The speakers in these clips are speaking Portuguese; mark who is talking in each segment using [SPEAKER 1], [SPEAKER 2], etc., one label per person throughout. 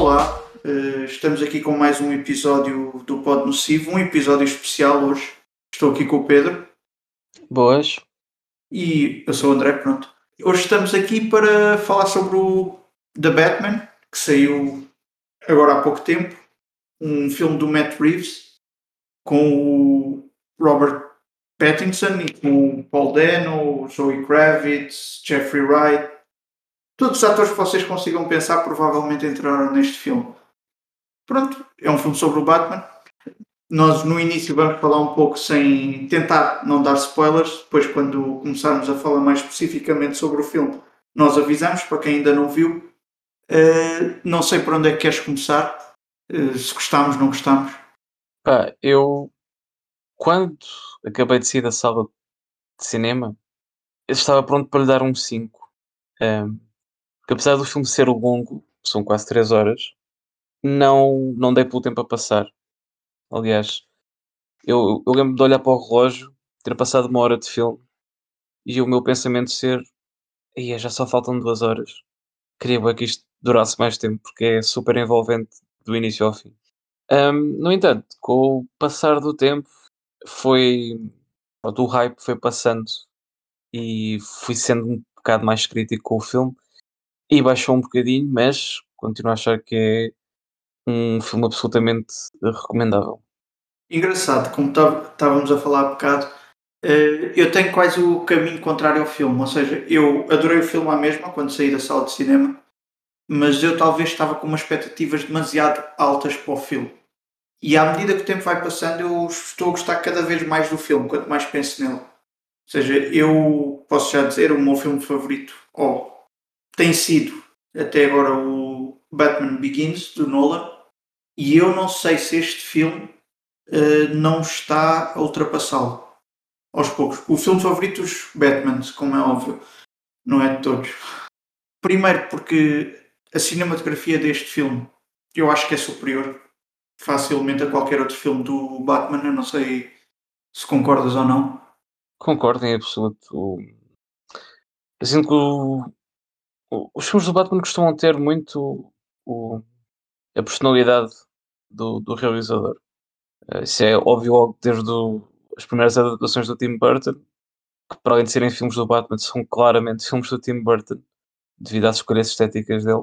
[SPEAKER 1] Olá, estamos aqui com mais um episódio do Pod Nocivo, um episódio especial hoje. Estou aqui com o Pedro
[SPEAKER 2] Boas.
[SPEAKER 1] e eu sou o André, pronto. Hoje estamos aqui para falar sobre o The Batman, que saiu agora há pouco tempo, um filme do Matt Reeves, com o Robert Pattinson e com o Paul Dano, Zoe Kravitz, Jeffrey Wright. Todos os atores que vocês consigam pensar provavelmente entraram neste filme. Pronto, é um filme sobre o Batman. Nós no início vamos falar um pouco sem tentar não dar spoilers, depois quando começarmos a falar mais especificamente sobre o filme, nós avisamos para quem ainda não viu. Não sei por onde é que queres começar, se gostamos, não gostamos.
[SPEAKER 2] Pá, eu quando acabei de sair da sala de cinema, eu estava pronto para lhe dar um 5. Porque apesar do filme ser longo, são quase 3 horas, não dei pelo tempo a passar. Aliás, eu lembro de olhar para o relógio, ter passado 1 hora de filme e o meu pensamento ser: "Ia, já só faltam 2 horas". Queria bué que isto durasse mais tempo, porque é super envolvente do início ao fim. No entanto, com o passar do tempo foi pronto, o hype foi passando e fui sendo um bocado mais crítico com o filme e baixou um bocadinho, mas continuo a achar que é um filme absolutamente recomendável.
[SPEAKER 1] Engraçado, como estávamos a falar há bocado, eu tenho quase o caminho contrário ao filme, ou seja, eu adorei o filme à mesma quando saí da sala de cinema, mas eu talvez estava com umas expectativas demasiado altas para o filme. E à medida que o tempo vai passando, eu estou a gostar cada vez mais do filme, quanto mais penso nele. Ou seja, eu posso já dizer, o meu filme favorito, tem sido até agora o Batman Begins, do Nolan, e eu não sei se este filme não está a ultrapassá-lo, aos poucos. O filme favorito dos Batmans, como é óbvio, não é de todos. Primeiro porque a cinematografia deste filme eu acho que é superior facilmente a qualquer outro filme do Batman. Eu não sei se concordas ou não.
[SPEAKER 2] Concordo em absoluto. Eu sinto que os filmes do Batman costumam ter muito o- a personalidade do realizador. Isso é óbvio logo desde as primeiras adaptações do Tim Burton, que para além de serem filmes do Batman, são claramente filmes do Tim Burton, devido às escolhas estéticas dele.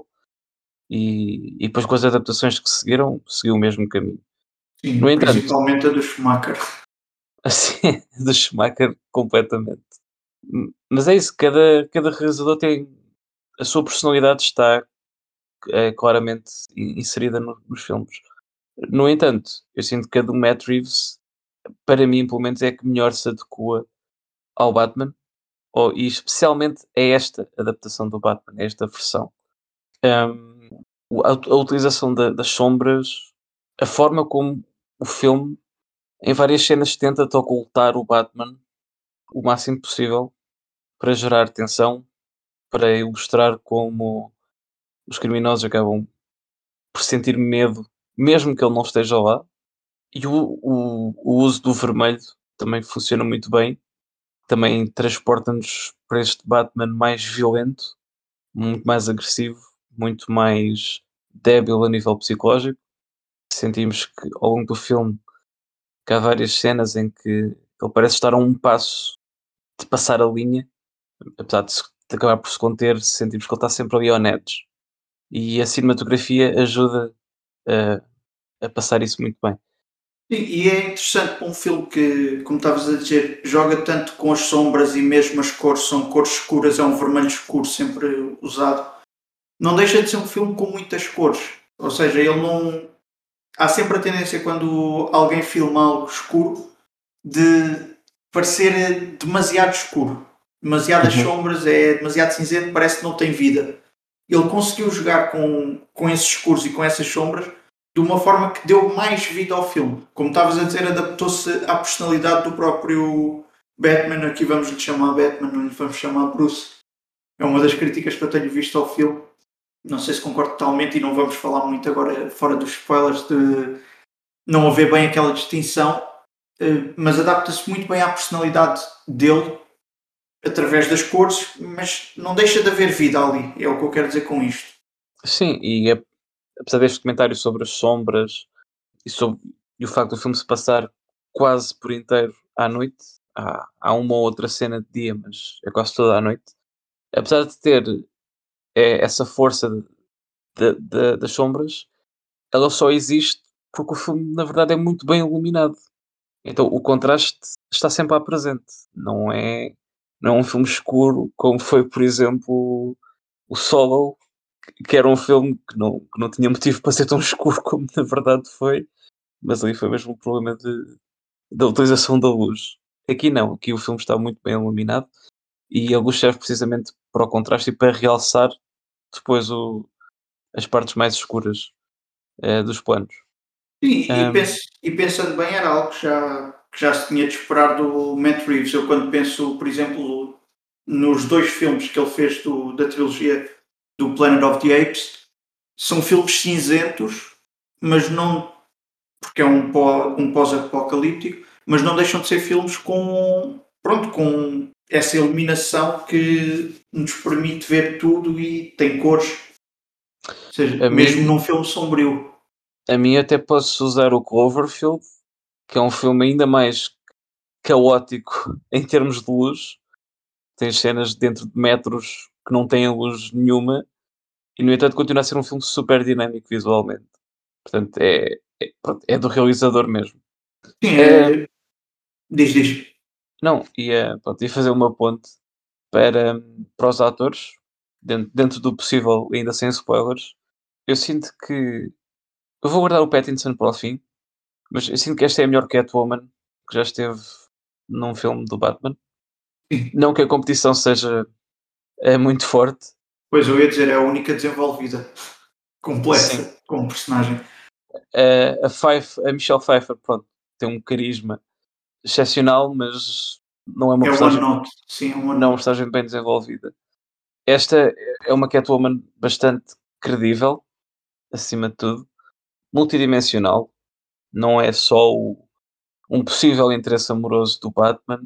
[SPEAKER 2] E depois com as adaptações que seguiram, seguiu o mesmo caminho. No
[SPEAKER 1] Sim,
[SPEAKER 2] entanto,
[SPEAKER 1] principalmente a do Schumacher.
[SPEAKER 2] assim, do Schumacher completamente. Mas é isso, cada realizador tem a sua personalidade está claramente inserida nos filmes. No entanto, eu sinto que a do Matt Reeves, para mim, pelo menos, é a que melhor se adequa ao Batman, e especialmente a esta adaptação do Batman, a esta versão. Um, a utilização das sombras, a forma como o filme, em várias cenas, tenta-te ocultar o Batman o máximo possível para gerar tensão, para ilustrar como os criminosos acabam por sentir medo, mesmo que ele não esteja lá. E o uso do vermelho também funciona muito bem, também transporta-nos para este Batman mais violento, muito mais agressivo, muito mais débil a nível psicológico. Sentimos que ao longo do filme que há várias cenas em que ele parece estar a um passo de passar a linha, apesar de acabar por se conter, sentimos que ele está sempre ali ao edge. E a cinematografia ajuda a passar isso muito bem.
[SPEAKER 1] E é interessante para um filme que, como estavas a dizer, joga tanto com as sombras e mesmo as cores são cores escuras, é um vermelho escuro sempre usado. Não deixa de ser um filme com muitas cores. Ou seja, ele não. Há sempre a tendência quando alguém filma algo escuro de parecer demasiado escuro. Demasiadas
[SPEAKER 2] Uhum.
[SPEAKER 1] sombras, é demasiado cinzento, parece que não tem vida. Ele conseguiu jogar com esses escuros e com essas sombras de uma forma que deu mais vida ao filme. Como estavas a dizer, adaptou-se à personalidade do próprio Batman. Aqui vamos lhe chamar Batman, não lhe vamos chamar Bruce. É uma das críticas que eu tenho visto ao filme. Não sei se concordo totalmente e não vamos falar muito agora fora dos spoilers de não haver bem aquela distinção, mas adapta-se muito bem à personalidade dele através das cores, mas não deixa de haver vida ali, é o que eu quero dizer com isto.
[SPEAKER 2] Sim, apesar deste comentário sobre as sombras e o facto do filme se passar quase por inteiro à noite, há uma ou outra cena de dia, mas é quase toda à noite. Apesar de ter essa força das sombras, ela só existe porque o filme, na verdade, é muito bem iluminado. Então o contraste está sempre à presente. Não é um filme escuro como foi, por exemplo, o Solo, que era um filme que não tinha motivo para ser tão escuro como na verdade foi, mas ali foi mesmo um problema da utilização da luz. Aqui não, aqui o filme está muito bem iluminado e a luz serve precisamente para o contraste e para realçar depois as partes mais escuras dos planos. Ahm,
[SPEAKER 1] E pensando bem, era algo que já se tinha de esperar do Matt Reeves. Eu, quando penso, por exemplo, nos dois filmes que ele fez da trilogia do Planet of the Apes, são filmes cinzentos, mas não. Porque é um pós-apocalíptico, mas não deixam de ser filmes com essa iluminação que nos permite ver tudo e tem cores, ou seja,
[SPEAKER 2] a
[SPEAKER 1] mesmo
[SPEAKER 2] mim,
[SPEAKER 1] num filme sombrio.
[SPEAKER 2] a mim até posso usar o Cloverfield, que é um filme ainda mais caótico em termos de luz. Tem cenas dentro de metros que não têm luz nenhuma e, no entanto, continua a ser um filme super dinâmico visualmente. Portanto, pronto, é do realizador mesmo.
[SPEAKER 1] Sim,
[SPEAKER 2] Eh,
[SPEAKER 1] diz.
[SPEAKER 2] não, ia fazer uma ponte para os atores, dentro do possível, ainda sem spoilers. Eu sinto que. Eu vou guardar o Pattinson para o fim, mas eu sinto que esta é a melhor Catwoman que já esteve num filme do Batman.
[SPEAKER 1] Sim.
[SPEAKER 2] Não que a competição seja muito forte.
[SPEAKER 1] Pois eu ia dizer, é a única desenvolvida,
[SPEAKER 2] Sim.
[SPEAKER 1] complexa, como personagem.
[SPEAKER 2] A Michelle Pfeiffer, pronto, tem um carisma excepcional, mas não é uma
[SPEAKER 1] É One
[SPEAKER 2] personagem,
[SPEAKER 1] Note, sim, é One
[SPEAKER 2] não é uma
[SPEAKER 1] Note.
[SPEAKER 2] personagem bem desenvolvida. Esta é uma Catwoman bastante credível, acima de tudo, multidimensional. Não é só um possível interesse amoroso do Batman,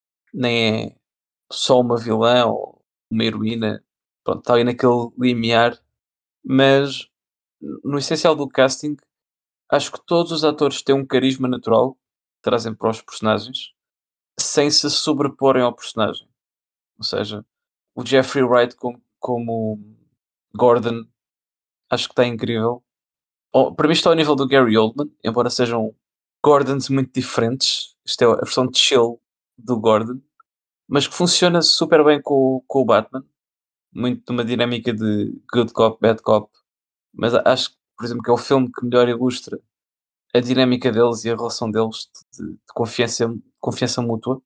[SPEAKER 2] nem é só uma vilã ou uma heroína. Pronto, está ali naquele limiar, mas no essencial do casting, acho que todos os atores têm um carisma natural que trazem para os personagens, sem se sobreporem ao personagem. Ou seja, o Jeffrey Wright como Gordon, acho que está incrível. Para mim está ao nível do Gary Oldman, embora sejam Gordons muito diferentes. Isto é a versão de chill do Gordon, mas que funciona super bem com o Batman. Muito numa dinâmica de good cop, bad cop. Mas acho, por exemplo, que é o filme que melhor ilustra a dinâmica deles e a relação deles de confiança mútua.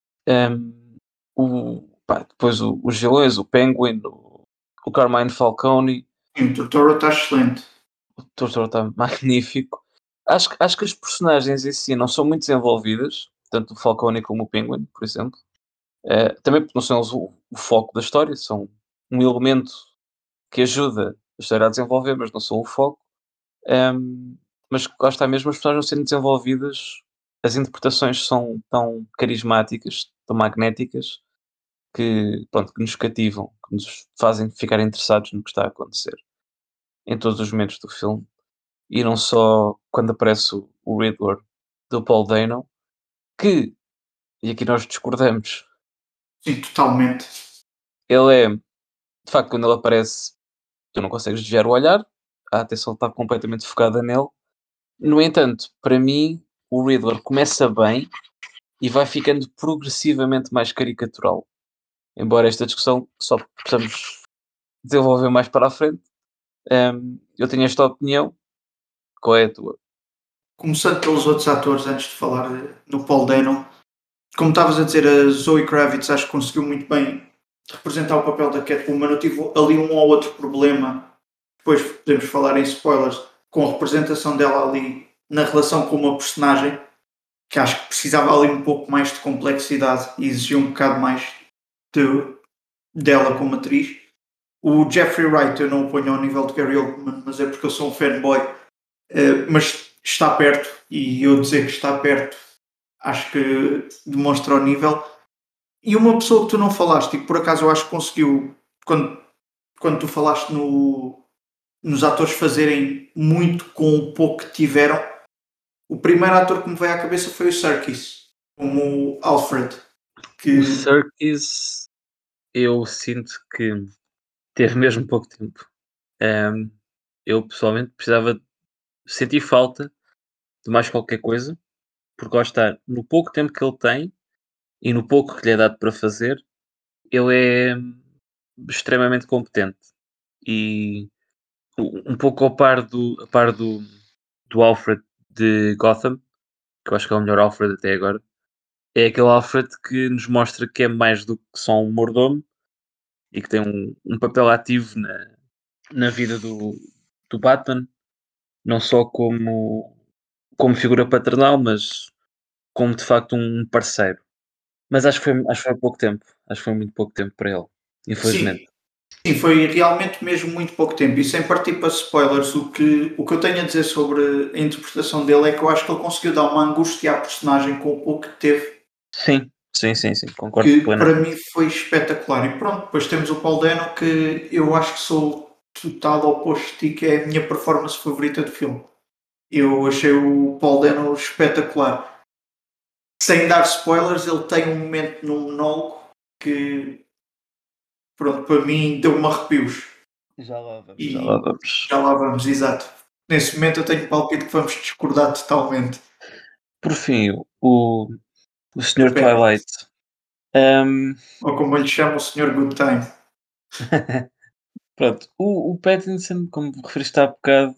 [SPEAKER 2] Um, depois os vilões, o Penguin, o Carmine Falcone,
[SPEAKER 1] Sim, o Totoro está excelente.
[SPEAKER 2] o Tortor está magnífico. Acho que as personagens em si não são muito desenvolvidas, tanto o Falcone como o Penguin, por exemplo. Também porque não são eles o foco da história, são um elemento que ajuda a história a desenvolver, mas não são o foco. Um, mas lá está mesmo as personagens não sendo desenvolvidas, as interpretações são tão carismáticas, tão magnéticas, que, pronto, que nos cativam, que nos fazem ficar interessados no que está a acontecer em todos os momentos do filme. E não só quando aparece o Riddler do Paul Dano, que, e aqui nós discordamos,
[SPEAKER 1] Sim, totalmente.
[SPEAKER 2] ele é, de facto, quando ele aparece, tu não consegues desviar o olhar, a atenção está completamente focada nele. No entanto, para mim, o Riddler começa bem e vai ficando progressivamente mais caricatural. Embora esta discussão só possamos desenvolver mais para a frente. Eu tenho esta opinião. Qual é a tua?
[SPEAKER 1] Começando pelos outros atores, antes de falar no Paul Dano, como estavas a dizer, a Zoe Kravitz acho que conseguiu muito bem representar o papel da Catwoman. Eu tive ali um ou outro problema, depois podemos falar em spoilers, com a representação dela ali na relação com uma personagem que acho que precisava ali um pouco mais de complexidade e exigia um bocado mais de, dela como atriz. O Jeffrey Wright eu não o ponho ao nível de Gary Oldman, mas é porque eu sou um fanboy. Mas está perto, e eu dizer que está perto acho que demonstra o nível. E uma pessoa que tu não falaste, e que por acaso eu acho que conseguiu, quando tu falaste nos atores fazerem muito com o pouco que tiveram. O primeiro ator que me veio à cabeça foi o Serkis, como o Alfred.
[SPEAKER 2] O
[SPEAKER 1] Que
[SPEAKER 2] Serkis, eu sinto que teve mesmo pouco tempo. Ahm, eu pessoalmente senti falta de mais qualquer coisa, porque lá está, no pouco tempo que ele tem e no pouco que lhe é dado para fazer, ele é extremamente competente. E um pouco a par do Alfred de Gotham, que eu acho que é o melhor Alfred até agora, é aquele Alfred que nos mostra que é mais do que só um mordomo e que tem um papel ativo na vida do Batman, não só como figura paternal, mas como de facto um parceiro. Mas acho que foi pouco tempo. Acho que foi muito pouco tempo para ele, infelizmente.
[SPEAKER 1] sim, sim, foi realmente mesmo muito pouco tempo. E sem partir para spoilers, o que eu tenho a dizer sobre a interpretação dele é que eu acho que ele conseguiu dar uma angústia à personagem com o pouco que teve,
[SPEAKER 2] Sim, sim, sim, sim, concordo
[SPEAKER 1] que para
[SPEAKER 2] plenamente.
[SPEAKER 1] mim foi espetacular. E pronto, depois temos o Paul Dano, que eu acho que sou o total oposto de ti, que é a minha performance favorita do filme. Eu achei o Paul Dano espetacular. Sem dar spoilers, ele tem um momento no monólogo que, pronto, para mim deu-me arrepios.
[SPEAKER 2] Já lá vamos, já lá
[SPEAKER 1] E
[SPEAKER 2] vamos.
[SPEAKER 1] já lá vamos, exato. Nesse momento eu tenho palpite que vamos discordar totalmente.
[SPEAKER 2] Por fim, o
[SPEAKER 1] O
[SPEAKER 2] Sr.
[SPEAKER 1] Pet,
[SPEAKER 2] Twilight. Ahm,
[SPEAKER 1] ou como eu lhe chamo, o Sr. Good Time.
[SPEAKER 2] pronto, o Pattinson, como referiste há bocado,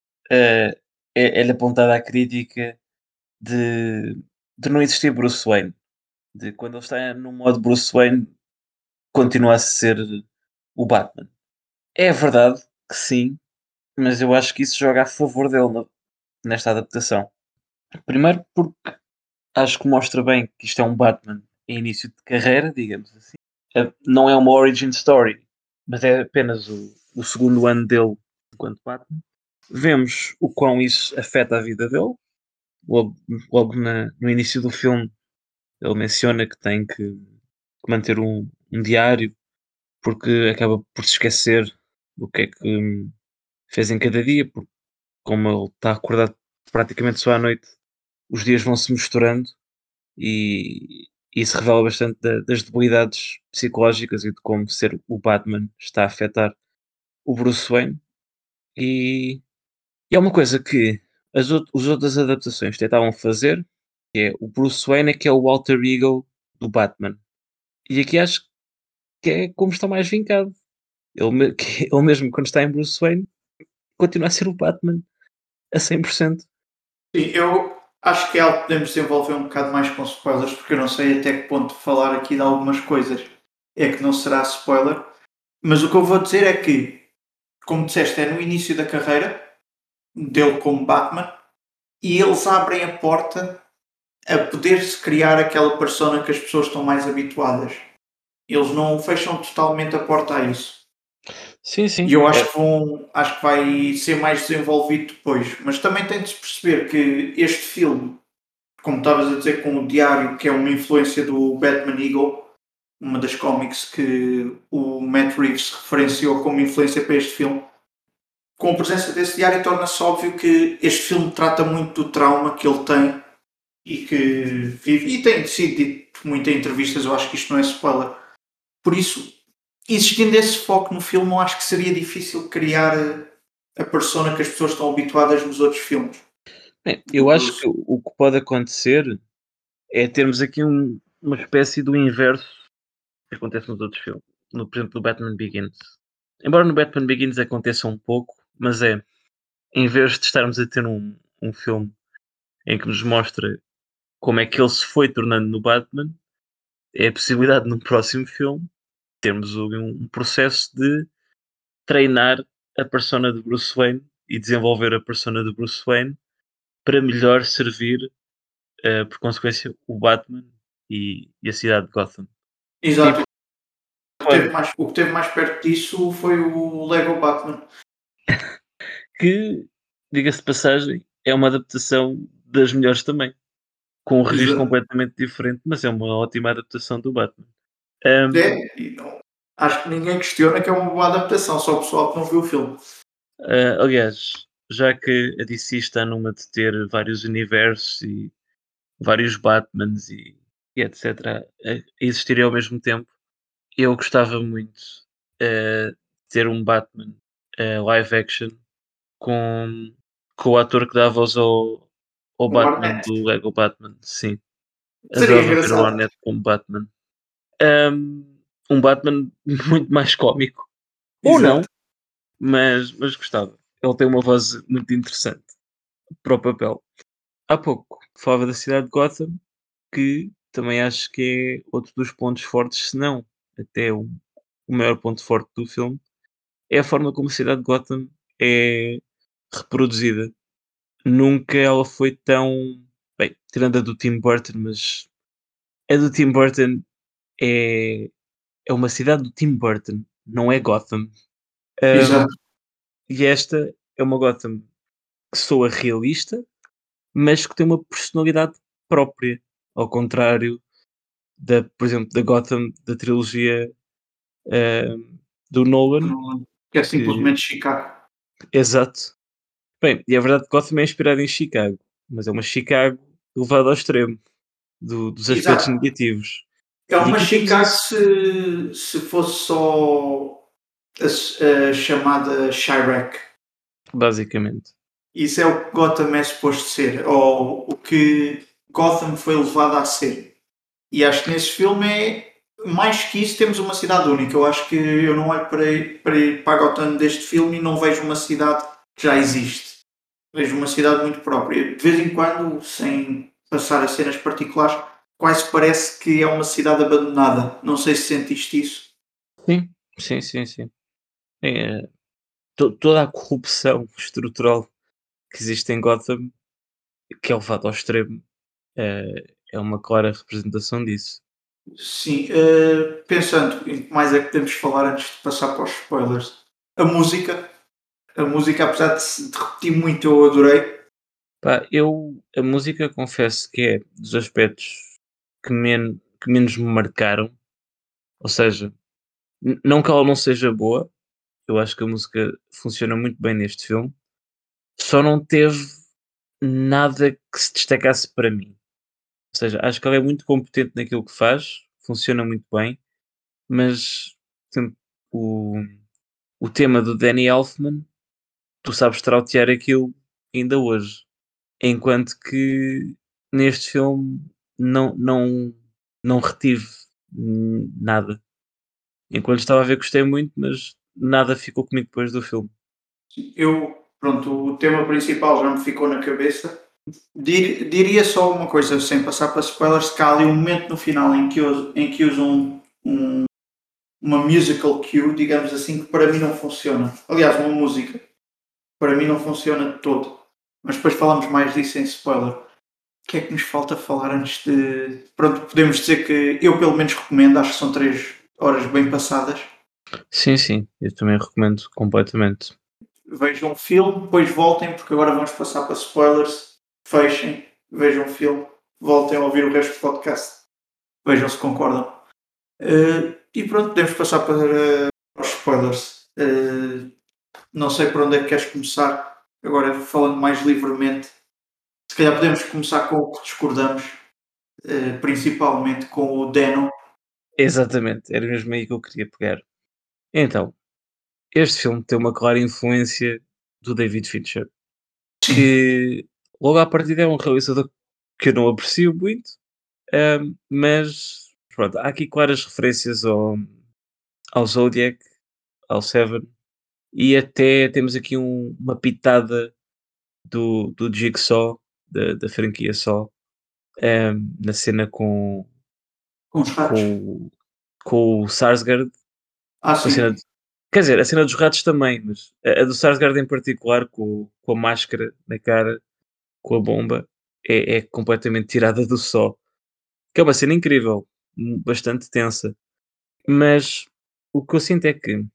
[SPEAKER 2] é-lhe apontada a crítica de, de não existir Bruce Wayne. De quando ele está no modo Bruce Wayne, continua a ser o Batman. É verdade que sim, mas eu acho que isso joga a favor dele nesta adaptação. Primeiro porque acho que mostra bem que isto é um Batman em início de carreira, digamos assim. Não é uma origin story, mas é apenas o segundo ano dele enquanto Batman. Vemos o quão isso afeta a vida dele. Logo, logo no início do filme, ele menciona que tem que manter um diário porque acaba por se esquecer do que é que fez em cada dia, porque como ele está acordado praticamente só à noite, os dias vão se misturando e isso revela bastante das debilidades psicológicas e de como ser o Batman está a afetar o Bruce Wayne. E é uma coisa que as outras adaptações tentavam fazer, que é o Bruce Wayne é que é o alter ego do Batman. E aqui acho que é como está mais vincado. Que ele mesmo quando está em Bruce Wayne continua a ser o Batman a 100%.
[SPEAKER 1] Sim, eu acho que é algo que podemos desenvolver um bocado mais com spoilers, porque eu não sei até que ponto falar aqui de algumas coisas é que não será spoiler. Mas o que eu vou dizer é que, como disseste, é no início da carreira dele como Batman e eles abrem a porta a poder-se criar aquela persona que as pessoas estão mais habituadas. Eles não fecham totalmente a porta a isso.
[SPEAKER 2] Sim,
[SPEAKER 1] E
[SPEAKER 2] sim.
[SPEAKER 1] eu acho que vai ser mais desenvolvido depois. Mas também tem de se perceber que este filme, como estavas a dizer com o Diário, que é uma influência do Batman Eagle, uma das cómics que o Matt Reeves referenciou como influência para este filme, com a presença desse diário torna-se óbvio que este filme trata muito do trauma que ele tem e que vive, e tem sido dito muito em entrevistas, eu acho que isto não é spoiler. Por isso, existindo esse foco no filme, eu acho que seria difícil criar a persona que as pessoas estão habituadas nos outros filmes
[SPEAKER 2] Bem,
[SPEAKER 1] do
[SPEAKER 2] eu acho
[SPEAKER 1] Bruce.
[SPEAKER 2] que o que pode acontecer é termos aqui uma espécie do inverso que acontece nos outros filmes. No, por exemplo, no Batman Begins. Embora no Batman Begins aconteça um pouco, mas em vez de estarmos a ter um filme em que nos mostra como é que ele se foi tornando no Batman, é a possibilidade num próximo filme termos um processo de treinar a persona de Bruce Wayne e desenvolver a persona de Bruce Wayne para melhor servir, por consequência, o Batman e a cidade de Gotham. E
[SPEAKER 1] Exato. O que teve mais perto disso foi o Lego Batman.
[SPEAKER 2] que, diga-se de passagem, é uma adaptação das melhores também, com um registro
[SPEAKER 1] Exato.
[SPEAKER 2] completamente diferente, mas é uma ótima adaptação do Batman. Um,
[SPEAKER 1] É, e não, acho que ninguém questiona que é uma boa adaptação, só o pessoal que não viu o filme.
[SPEAKER 2] Aliás, já que a DC está numa de ter vários universos e vários Batmans e etc. a existirem ao mesmo tempo, eu gostava muito de ter um Batman live action com, com o ator que dá voz ao
[SPEAKER 1] Um
[SPEAKER 2] Batman
[SPEAKER 1] Barnett.
[SPEAKER 2] do Lego Batman. Sim,
[SPEAKER 1] Seria
[SPEAKER 2] adorava ver o
[SPEAKER 1] engraçado.
[SPEAKER 2] Arnett como Batman. Um, um Batman muito mais cómico. Ou não,
[SPEAKER 1] Exato.
[SPEAKER 2] mas gostava. Ele tem uma voz muito interessante para o papel. Há pouco falava da cidade de Gotham, que também acho que é outro dos pontos fortes, se não até o maior ponto forte do filme, é a forma como a cidade de Gotham é reproduzida. Nunca ela foi tão. Bem, tirando a do Tim Burton, mas a do Tim Burton é, é uma cidade do Tim Burton, não é Gotham.
[SPEAKER 1] Exato.
[SPEAKER 2] Um, e esta é uma Gotham que soa realista, mas que tem uma personalidade própria, ao contrário por exemplo, da Gotham da trilogia do Nolan,
[SPEAKER 1] Que é
[SPEAKER 2] que
[SPEAKER 1] simplesmente Chicago.
[SPEAKER 2] exato. Bem, e é verdade que Gotham é inspirado em Chicago, mas é uma Chicago levada ao extremo dos aspectos
[SPEAKER 1] Exato.
[SPEAKER 2] negativos.
[SPEAKER 1] É
[SPEAKER 2] E
[SPEAKER 1] uma
[SPEAKER 2] aqui temos
[SPEAKER 1] Chicago
[SPEAKER 2] isso,
[SPEAKER 1] se fosse só a chamada Chirac.
[SPEAKER 2] basicamente.
[SPEAKER 1] Isso é o que Gotham é suposto ser, ou o que Gotham foi levado a ser. E acho que nesse filme é mais que isso, temos uma cidade única. Eu acho que eu não olho para a Gotham deste filme e não vejo uma cidade que já existe. Vejo uma cidade muito própria. De vez em quando, sem passar a cenas particulares, quase parece que é uma cidade abandonada. Não sei se sentiste isso.
[SPEAKER 2] Sim, sim, sim, sim. É, toda a corrupção estrutural que existe em Gotham, que é levado ao extremo, é uma clara representação disso.
[SPEAKER 1] Sim, pensando em que mais é que podemos falar antes de passar para os spoilers. A música, a música, apesar de repetir muito, eu adorei.
[SPEAKER 2] Pá, a música, confesso que é dos aspectos que menos me marcaram. Ou seja, não que ela não seja boa, eu acho que a música funciona muito bem neste filme, só não teve nada que se destacasse para mim. Ou seja, acho que ela é muito competente naquilo que faz, funciona muito bem, mas por exemplo, o, o tema do Danny Elfman, tu sabes trautear aquilo ainda hoje. Enquanto que neste filme não, não, não retive nada. Enquanto estava a ver, gostei muito, mas nada ficou comigo depois do filme.
[SPEAKER 1] Pronto, o tema principal já me ficou na cabeça. Diria só uma coisa, sem passar para spoilers, que há ali um momento no final em que usam uma musical cue, digamos assim, que para mim não funciona. Aliás, uma música, para mim não funciona de todo. Mas depois falamos mais disso em spoiler. O que é que nos falta falar antes de. Pronto, podemos dizer que eu pelo menos recomendo, acho que são 3 horas bem passadas.
[SPEAKER 2] Sim, sim, eu também recomendo completamente.
[SPEAKER 1] Vejam o filme, depois voltem, porque agora vamos passar para spoilers. Fechem, vejam o filme, voltem a ouvir o resto do podcast. Vejam se concordam. E pronto, podemos passar para os spoilers. Não sei por onde é que queres começar. Agora, falando mais livremente, se calhar podemos começar com o que discordamos, principalmente com o Deno.
[SPEAKER 2] Exatamente, era mesmo aí que eu queria pegar. Então, este filme tem uma clara influência do David Fincher,
[SPEAKER 1] Sim,
[SPEAKER 2] que logo à partida é um realizador que eu não aprecio muito, mas pronto, há aqui claras referências ao Zodiac, ao Seven, e até temos aqui uma pitada do Jigsaw, da franquia Saw, na cena
[SPEAKER 1] com os ratos.
[SPEAKER 2] com, com o Sarsgaard,
[SPEAKER 1] Ah,
[SPEAKER 2] com a cena
[SPEAKER 1] sim.
[SPEAKER 2] quer dizer, a cena dos ratos também, mas a do Sarsgaard em particular, com a máscara na cara, com a bomba, é completamente tirada do Saw, que é uma cena incrível, bastante tensa. Mas o que eu sinto é que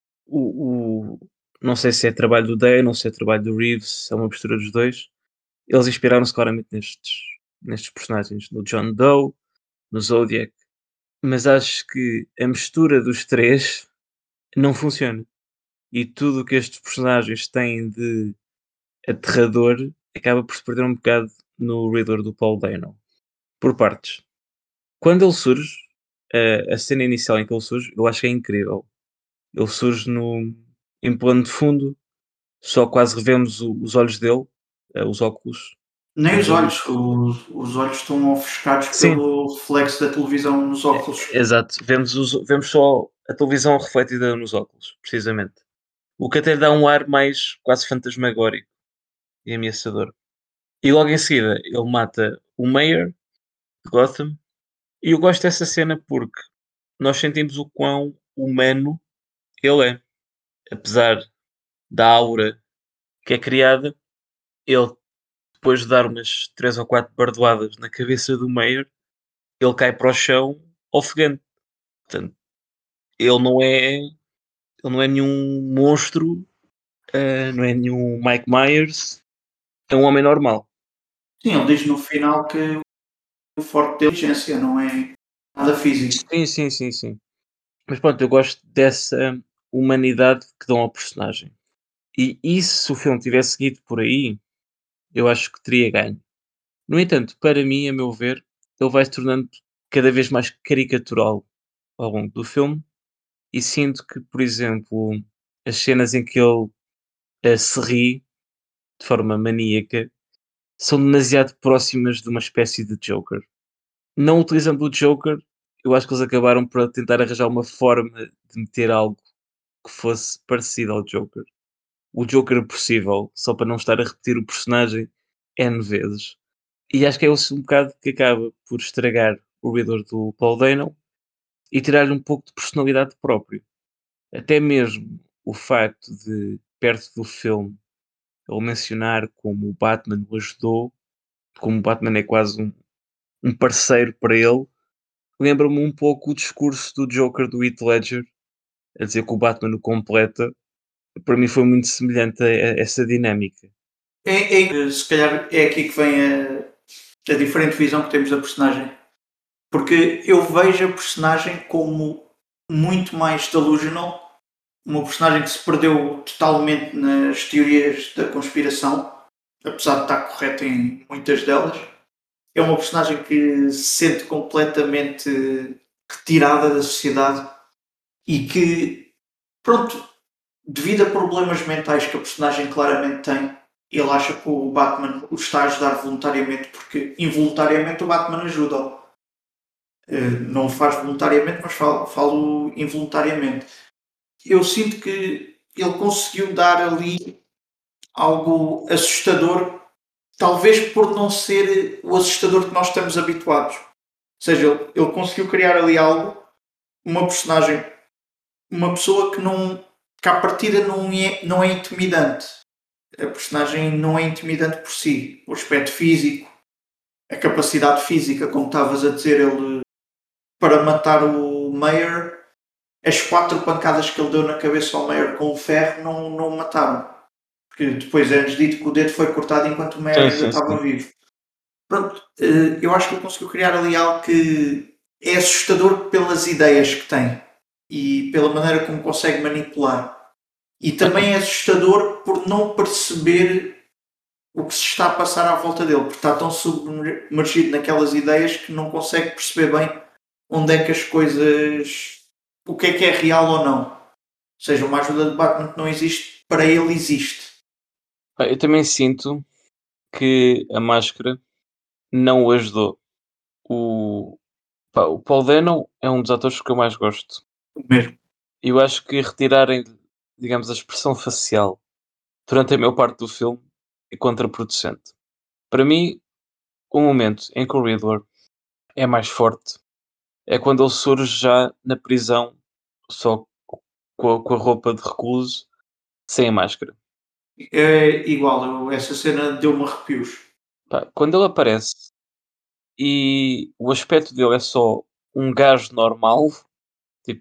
[SPEAKER 2] não sei se é trabalho do Day, não sei se é trabalho do Reeves, é uma mistura dos dois. Eles inspiraram-se claramente nestes personagens, no John Doe, no Zodiac, mas acho que a mistura dos três não funciona. e tudo o que estes personagens têm de aterrador acaba por se perder um bocado no Riddler do Paul Dano. Por partes. Quando ele surge, a cena inicial em que ele surge, eu acho que é incrível. Ele surge em plano de fundo, só quase revemos os olhos dele, os óculos.
[SPEAKER 1] Nem
[SPEAKER 2] Vemos
[SPEAKER 1] os
[SPEAKER 2] ali.
[SPEAKER 1] olhos, os olhos estão ofuscados
[SPEAKER 2] Sim,
[SPEAKER 1] pelo reflexo da televisão nos óculos.
[SPEAKER 2] exato. Vemos só a televisão refletida nos óculos, precisamente. O que até lhe dá um ar mais quase fantasmagórico e ameaçador. E logo em seguida ele mata o Mayor de Gotham. E eu gosto dessa cena porque nós sentimos o quão humano ele é. Apesar da aura que é criada, ele, depois de dar umas 3 ou 4 bardoadas na cabeça do Mayor, ele cai para o chão ofegante. Portanto, ele não é, ele não é nenhum monstro, não é nenhum Mike Myers, é um homem normal.
[SPEAKER 1] Sim, ele diz no final que o forte dele é a inteligência, não é nada físico.
[SPEAKER 2] Sim, sim, sim, sim. Mas pronto, eu gosto dessa humanidade que dão ao personagem. E se o filme tivesse seguido por aí, eu acho que teria ganho. No entanto, para mim, a meu ver, ele vai se tornando cada vez mais caricatural ao longo do filme e sinto que, por exemplo, as cenas em que ele se ri de forma maníaca são demasiado próximas de uma espécie de Joker. Não utilizando o Joker, eu acho que eles acabaram por tentar arranjar uma forma de meter algo que fosse parecido ao Joker. O Joker possível, só para não estar a repetir o personagem N vezes. E acho que é esse um bocado que acaba por estragar o Riddler do Paul Dano e tirar-lhe um pouco de personalidade própria. Até mesmo o facto de, perto do filme, ele mencionar como o Batman o ajudou, como o Batman é quase um parceiro para ele, lembra-me um pouco o discurso do Joker do Heath Ledger, a dizer que o Batman o completa. Para mim foi muito semelhante a essa dinâmica.
[SPEAKER 1] Se calhar é aqui que vem a diferente visão que temos da personagem. Porque eu vejo a personagem como muito mais delusional, uma personagem que se perdeu totalmente nas teorias da conspiração, apesar de estar correta em muitas delas. É uma personagem que se sente completamente retirada da sociedade e que, pronto, devido a problemas mentais que a personagem claramente tem, ele acha que o Batman o está a ajudar voluntariamente, porque involuntariamente o Batman ajuda-o. Não o faz voluntariamente, mas falo involuntariamente. Eu sinto que ele conseguiu dar ali algo assustador, talvez por não ser o assustador que nós estamos habituados. Ou seja, ele conseguiu criar ali algo, uma personagem, uma pessoa que não, que à partida não é intimidante. A personagem não é intimidante por si. O aspecto físico, a capacidade física, como estavas a dizer, ele para matar o Mayor, as 4 pancadas que ele deu na cabeça ao Mayor com o ferro não o mataram. Porque depois é-nos dito que o dedo foi cortado enquanto o Mayor
[SPEAKER 2] Sim,
[SPEAKER 1] ainda
[SPEAKER 2] sim,
[SPEAKER 1] estava
[SPEAKER 2] sim.
[SPEAKER 1] vivo. Pronto, eu acho que ele conseguiu criar ali algo que é assustador pelas ideias que tem e pela maneira como consegue manipular. E também é assustador por não perceber o que se está a passar à volta dele, porque está tão submergido naquelas ideias que não consegue perceber bem onde é que as coisas. O que é real ou não. Ou seja, uma ajuda de Batman que não existe, para ele existe.
[SPEAKER 2] Eu também sinto que a máscara não o ajudou. O, o Paul Dano é um dos atores que eu mais gosto.
[SPEAKER 1] O mesmo.
[SPEAKER 2] Eu acho que retirarem, digamos, a expressão facial durante a maior parte do filme é contraproducente. Para mim, o momento em que o Riddler é mais forte é quando ele surge já na prisão, só com a roupa de recluso, sem a máscara.
[SPEAKER 1] É igual, essa cena deu-me arrepios.
[SPEAKER 2] Pá, quando ele aparece e o aspecto dele é só um gajo normal, tipo,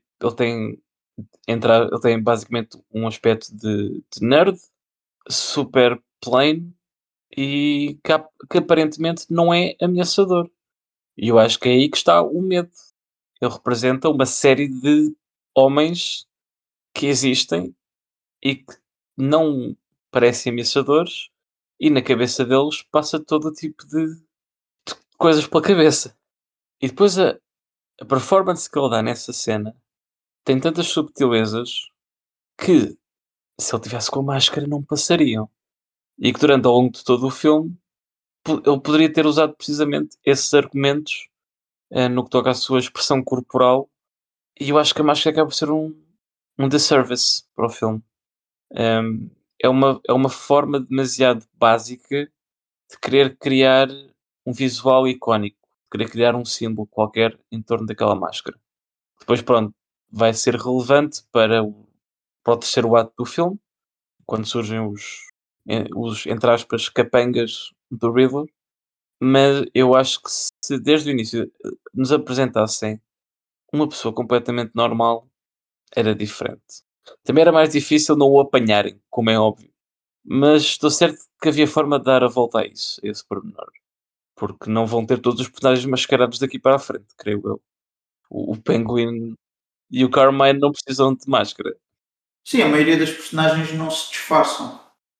[SPEAKER 2] ele tem basicamente um aspecto de nerd, super plain e que aparentemente não é ameaçador. E eu acho que é aí que está o medo. Ele representa uma série de homens que existem e que não parecem ameaçadores, e na cabeça deles passa todo tipo de coisas pela cabeça. E depois a performance que ele dá nessa cena tem tantas subtilezas que, se ele tivesse com a máscara, não passariam. E que durante ao longo de todo o filme ele poderia ter usado precisamente esses argumentos no que toca à sua expressão corporal, e eu acho que a máscara acaba por ser um disservice para o filme. Um, é uma forma demasiado básica de querer criar um visual icónico, de querer criar um símbolo qualquer em torno daquela máscara. Depois, pronto, vai ser relevante para o terceiro ato do filme, quando surgem os entre aspas, capangas do Riddler, mas eu acho que se desde o início nos apresentassem uma pessoa completamente normal, era diferente. Também era mais difícil não o apanharem, como é óbvio, mas estou certo que havia forma de dar a volta a isso, a esse pormenor, porque não vão ter todos os personagens mascarados daqui para a frente, creio eu. O Penguin e o Carmine não precisam de máscara.
[SPEAKER 1] Sim, a maioria das personagens não se disfarçam.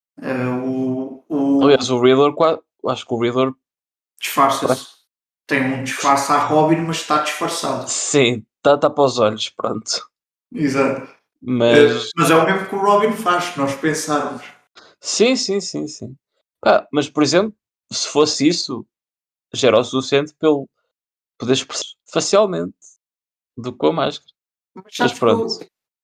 [SPEAKER 1] O
[SPEAKER 2] Aliás, o Riddler, acho que o Riddler, pra-
[SPEAKER 1] disfarça-se. Tem um disfarce à Robin, mas está disfarçado.
[SPEAKER 2] sim, está para os olhos, pronto.
[SPEAKER 1] Exato.
[SPEAKER 2] Mas,
[SPEAKER 1] Mas é o mesmo que o Robin faz, se nós pensarmos.
[SPEAKER 2] sim, sim, sim, sim. Mas, por exemplo, se fosse isso, já era o suficiente pelo poder expressar facialmente do que com a máscara.
[SPEAKER 1] Mas
[SPEAKER 2] Mas
[SPEAKER 1] sabes que
[SPEAKER 2] pronto,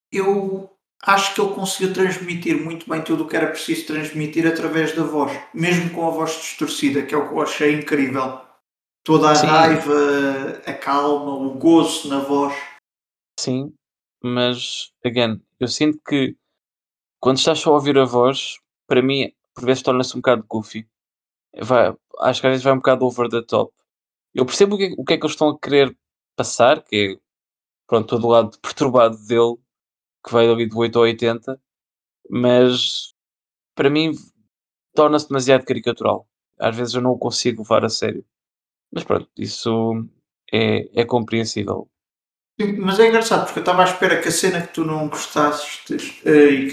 [SPEAKER 1] eu acho que ele conseguiu transmitir muito bem tudo o que era preciso transmitir através da voz, mesmo com a voz distorcida, que é o que eu achei incrível. Toda a
[SPEAKER 2] sim,
[SPEAKER 1] raiva, a calma, o gozo na voz.
[SPEAKER 2] sim, mas, again, eu sinto que quando estás só a ouvir a voz, para mim, por vezes torna-se um bocado goofy. Acho que às vezes vai um bocado over the top. Eu percebo o que é que eles estão a querer passar, que é, pronto, todo o lado perturbado dele, que vai ali do 8 ao 80, mas para mim torna-se demasiado caricatural. Às vezes eu não o consigo levar a sério. Mas pronto, isso é compreensível.
[SPEAKER 1] Sim, mas é engraçado porque eu estava à espera que a cena que tu não gostasses e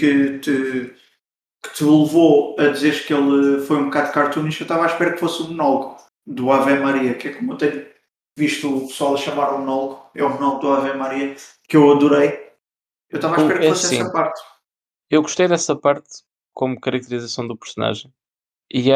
[SPEAKER 1] que te levou a dizeres que ele foi um bocado cartoonish, eu estava à espera que fosse o monólogo do Ave Maria, que é como eu tenho visto o pessoal a chamar o monólogo, é o monólogo do Ave Maria, que eu adorei. Eu estava à espera que
[SPEAKER 2] É
[SPEAKER 1] fosse essa
[SPEAKER 2] assim,
[SPEAKER 1] parte.
[SPEAKER 2] eu gostei dessa parte como caracterização do personagem. E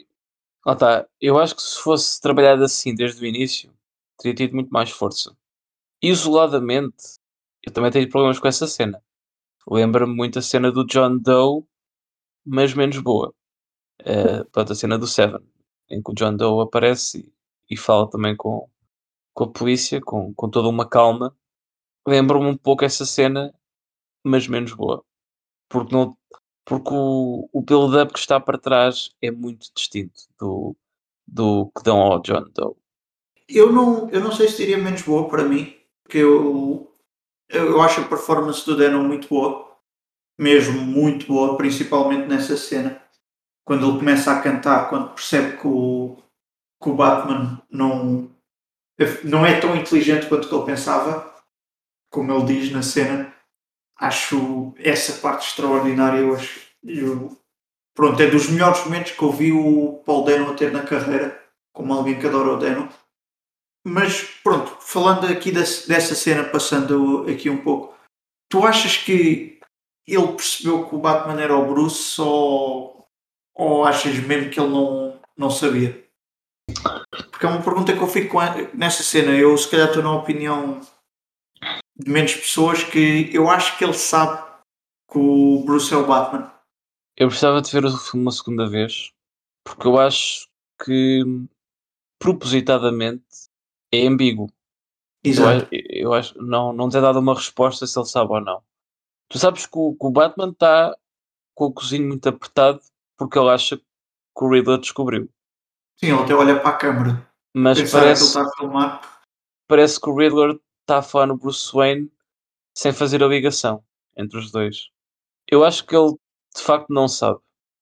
[SPEAKER 2] lá está, eu acho que se fosse trabalhado assim desde o início, teria tido muito mais força. Isoladamente, eu também tenho problemas com essa cena. Lembra-me muito a cena do John Doe, mas menos boa. Pronto, a cena do Seven, em que o John Doe aparece e fala também com a polícia, com toda uma calma. Lembra-me um pouco essa cena, mas menos boa. Porque, não, porque o build-up que está para trás é muito distinto do que dão ao John Doe.
[SPEAKER 1] Eu não sei se diria menos boa para mim, porque eu acho a performance do Denon muito boa, mesmo muito boa, principalmente nessa cena, quando ele começa a cantar, quando percebe que o Batman não é tão inteligente quanto que ele pensava, como ele diz na cena. Acho essa parte extraordinária. Pronto, é dos melhores momentos que eu vi o Paul Dano a ter na carreira, como alguém que adora o Dano. Mas pronto, falando aqui dessa cena, passando aqui um pouco, tu achas que ele percebeu que o Batman era o Bruce ou achas mesmo que ele não sabia? Porque é uma pergunta que eu fico nessa cena. Eu se calhar estou na opinião de menos pessoas que eu acho que ele sabe que o Bruce é o Batman.
[SPEAKER 2] Eu precisava de ver o filme uma segunda vez, porque eu acho que propositadamente é ambíguo.
[SPEAKER 1] Exato.
[SPEAKER 2] Eu acho não nos é dada uma resposta se ele sabe ou não. Tu sabes que o Batman está com o cozinho muito apertado porque ele acha que o Riddler descobriu.
[SPEAKER 1] Sim, ele até olha para a câmara a
[SPEAKER 2] Mas
[SPEAKER 1] pensar que ele
[SPEAKER 2] parece,
[SPEAKER 1] está a filmar.
[SPEAKER 2] parece que o Riddler está a falar no Bruce Wayne sem fazer a ligação entre os dois. Eu acho que ele de facto não sabe.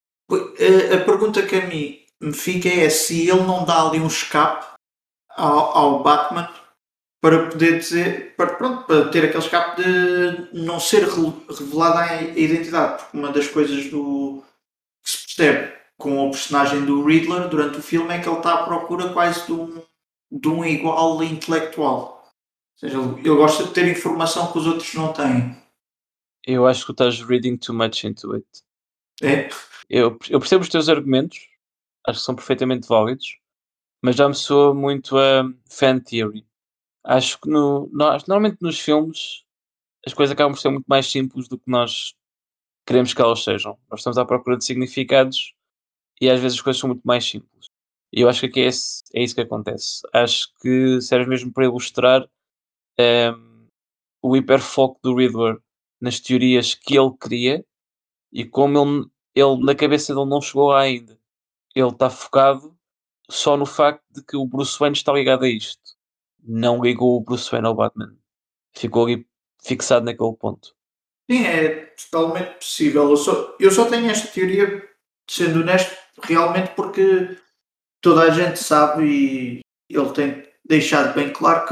[SPEAKER 1] A pergunta que a mim me fica é se ele não dá ali um escape ao Batman para poder dizer, pronto, para ter aquele escape de não ser revelada a identidade, porque uma das coisas que se percebe com o personagem do Riddler durante o filme é que ele está à procura quase de um igual intelectual. Ou seja, ele gosta de ter informação que os outros não têm.
[SPEAKER 2] Eu acho que tu estás reading too much into it.
[SPEAKER 1] É?
[SPEAKER 2] Eu percebo os teus argumentos, acho que são perfeitamente válidos, mas já me soa muito a fan theory. Acho que normalmente nos filmes as coisas acabam por ser muito mais simples do que nós queremos que elas sejam. Nós estamos à procura de significados e às vezes as coisas são muito mais simples. E eu acho que aqui é isso que acontece. Acho que serve mesmo para ilustrar ehm, o hiperfoco do Riddler nas teorias que ele cria e como ele na cabeça dele não chegou lá ainda. Ele está focado só no facto de que o Bruce Wayne está ligado a isto. Não ligou o Bruce Wayne ao Batman. Ficou ali fixado naquele ponto.
[SPEAKER 1] Sim, é totalmente possível. Eu só tenho esta teoria, sendo honesto, realmente porque toda a gente sabe e ele tem deixado bem claro que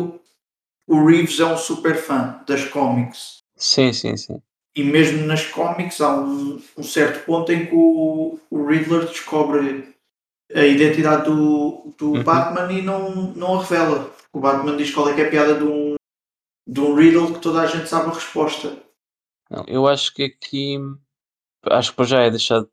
[SPEAKER 1] o Reeves é um super fã das cómics.
[SPEAKER 2] Sim, sim, sim.
[SPEAKER 1] E mesmo nas cómics há um certo ponto em que o Riddler descobre a identidade do
[SPEAKER 2] Uhum.
[SPEAKER 1] Batman e não a revela. O Batman diz qual é que é a piada de um riddle que toda a gente sabe a resposta.
[SPEAKER 2] Não, eu acho que aqui acho que para já é deixado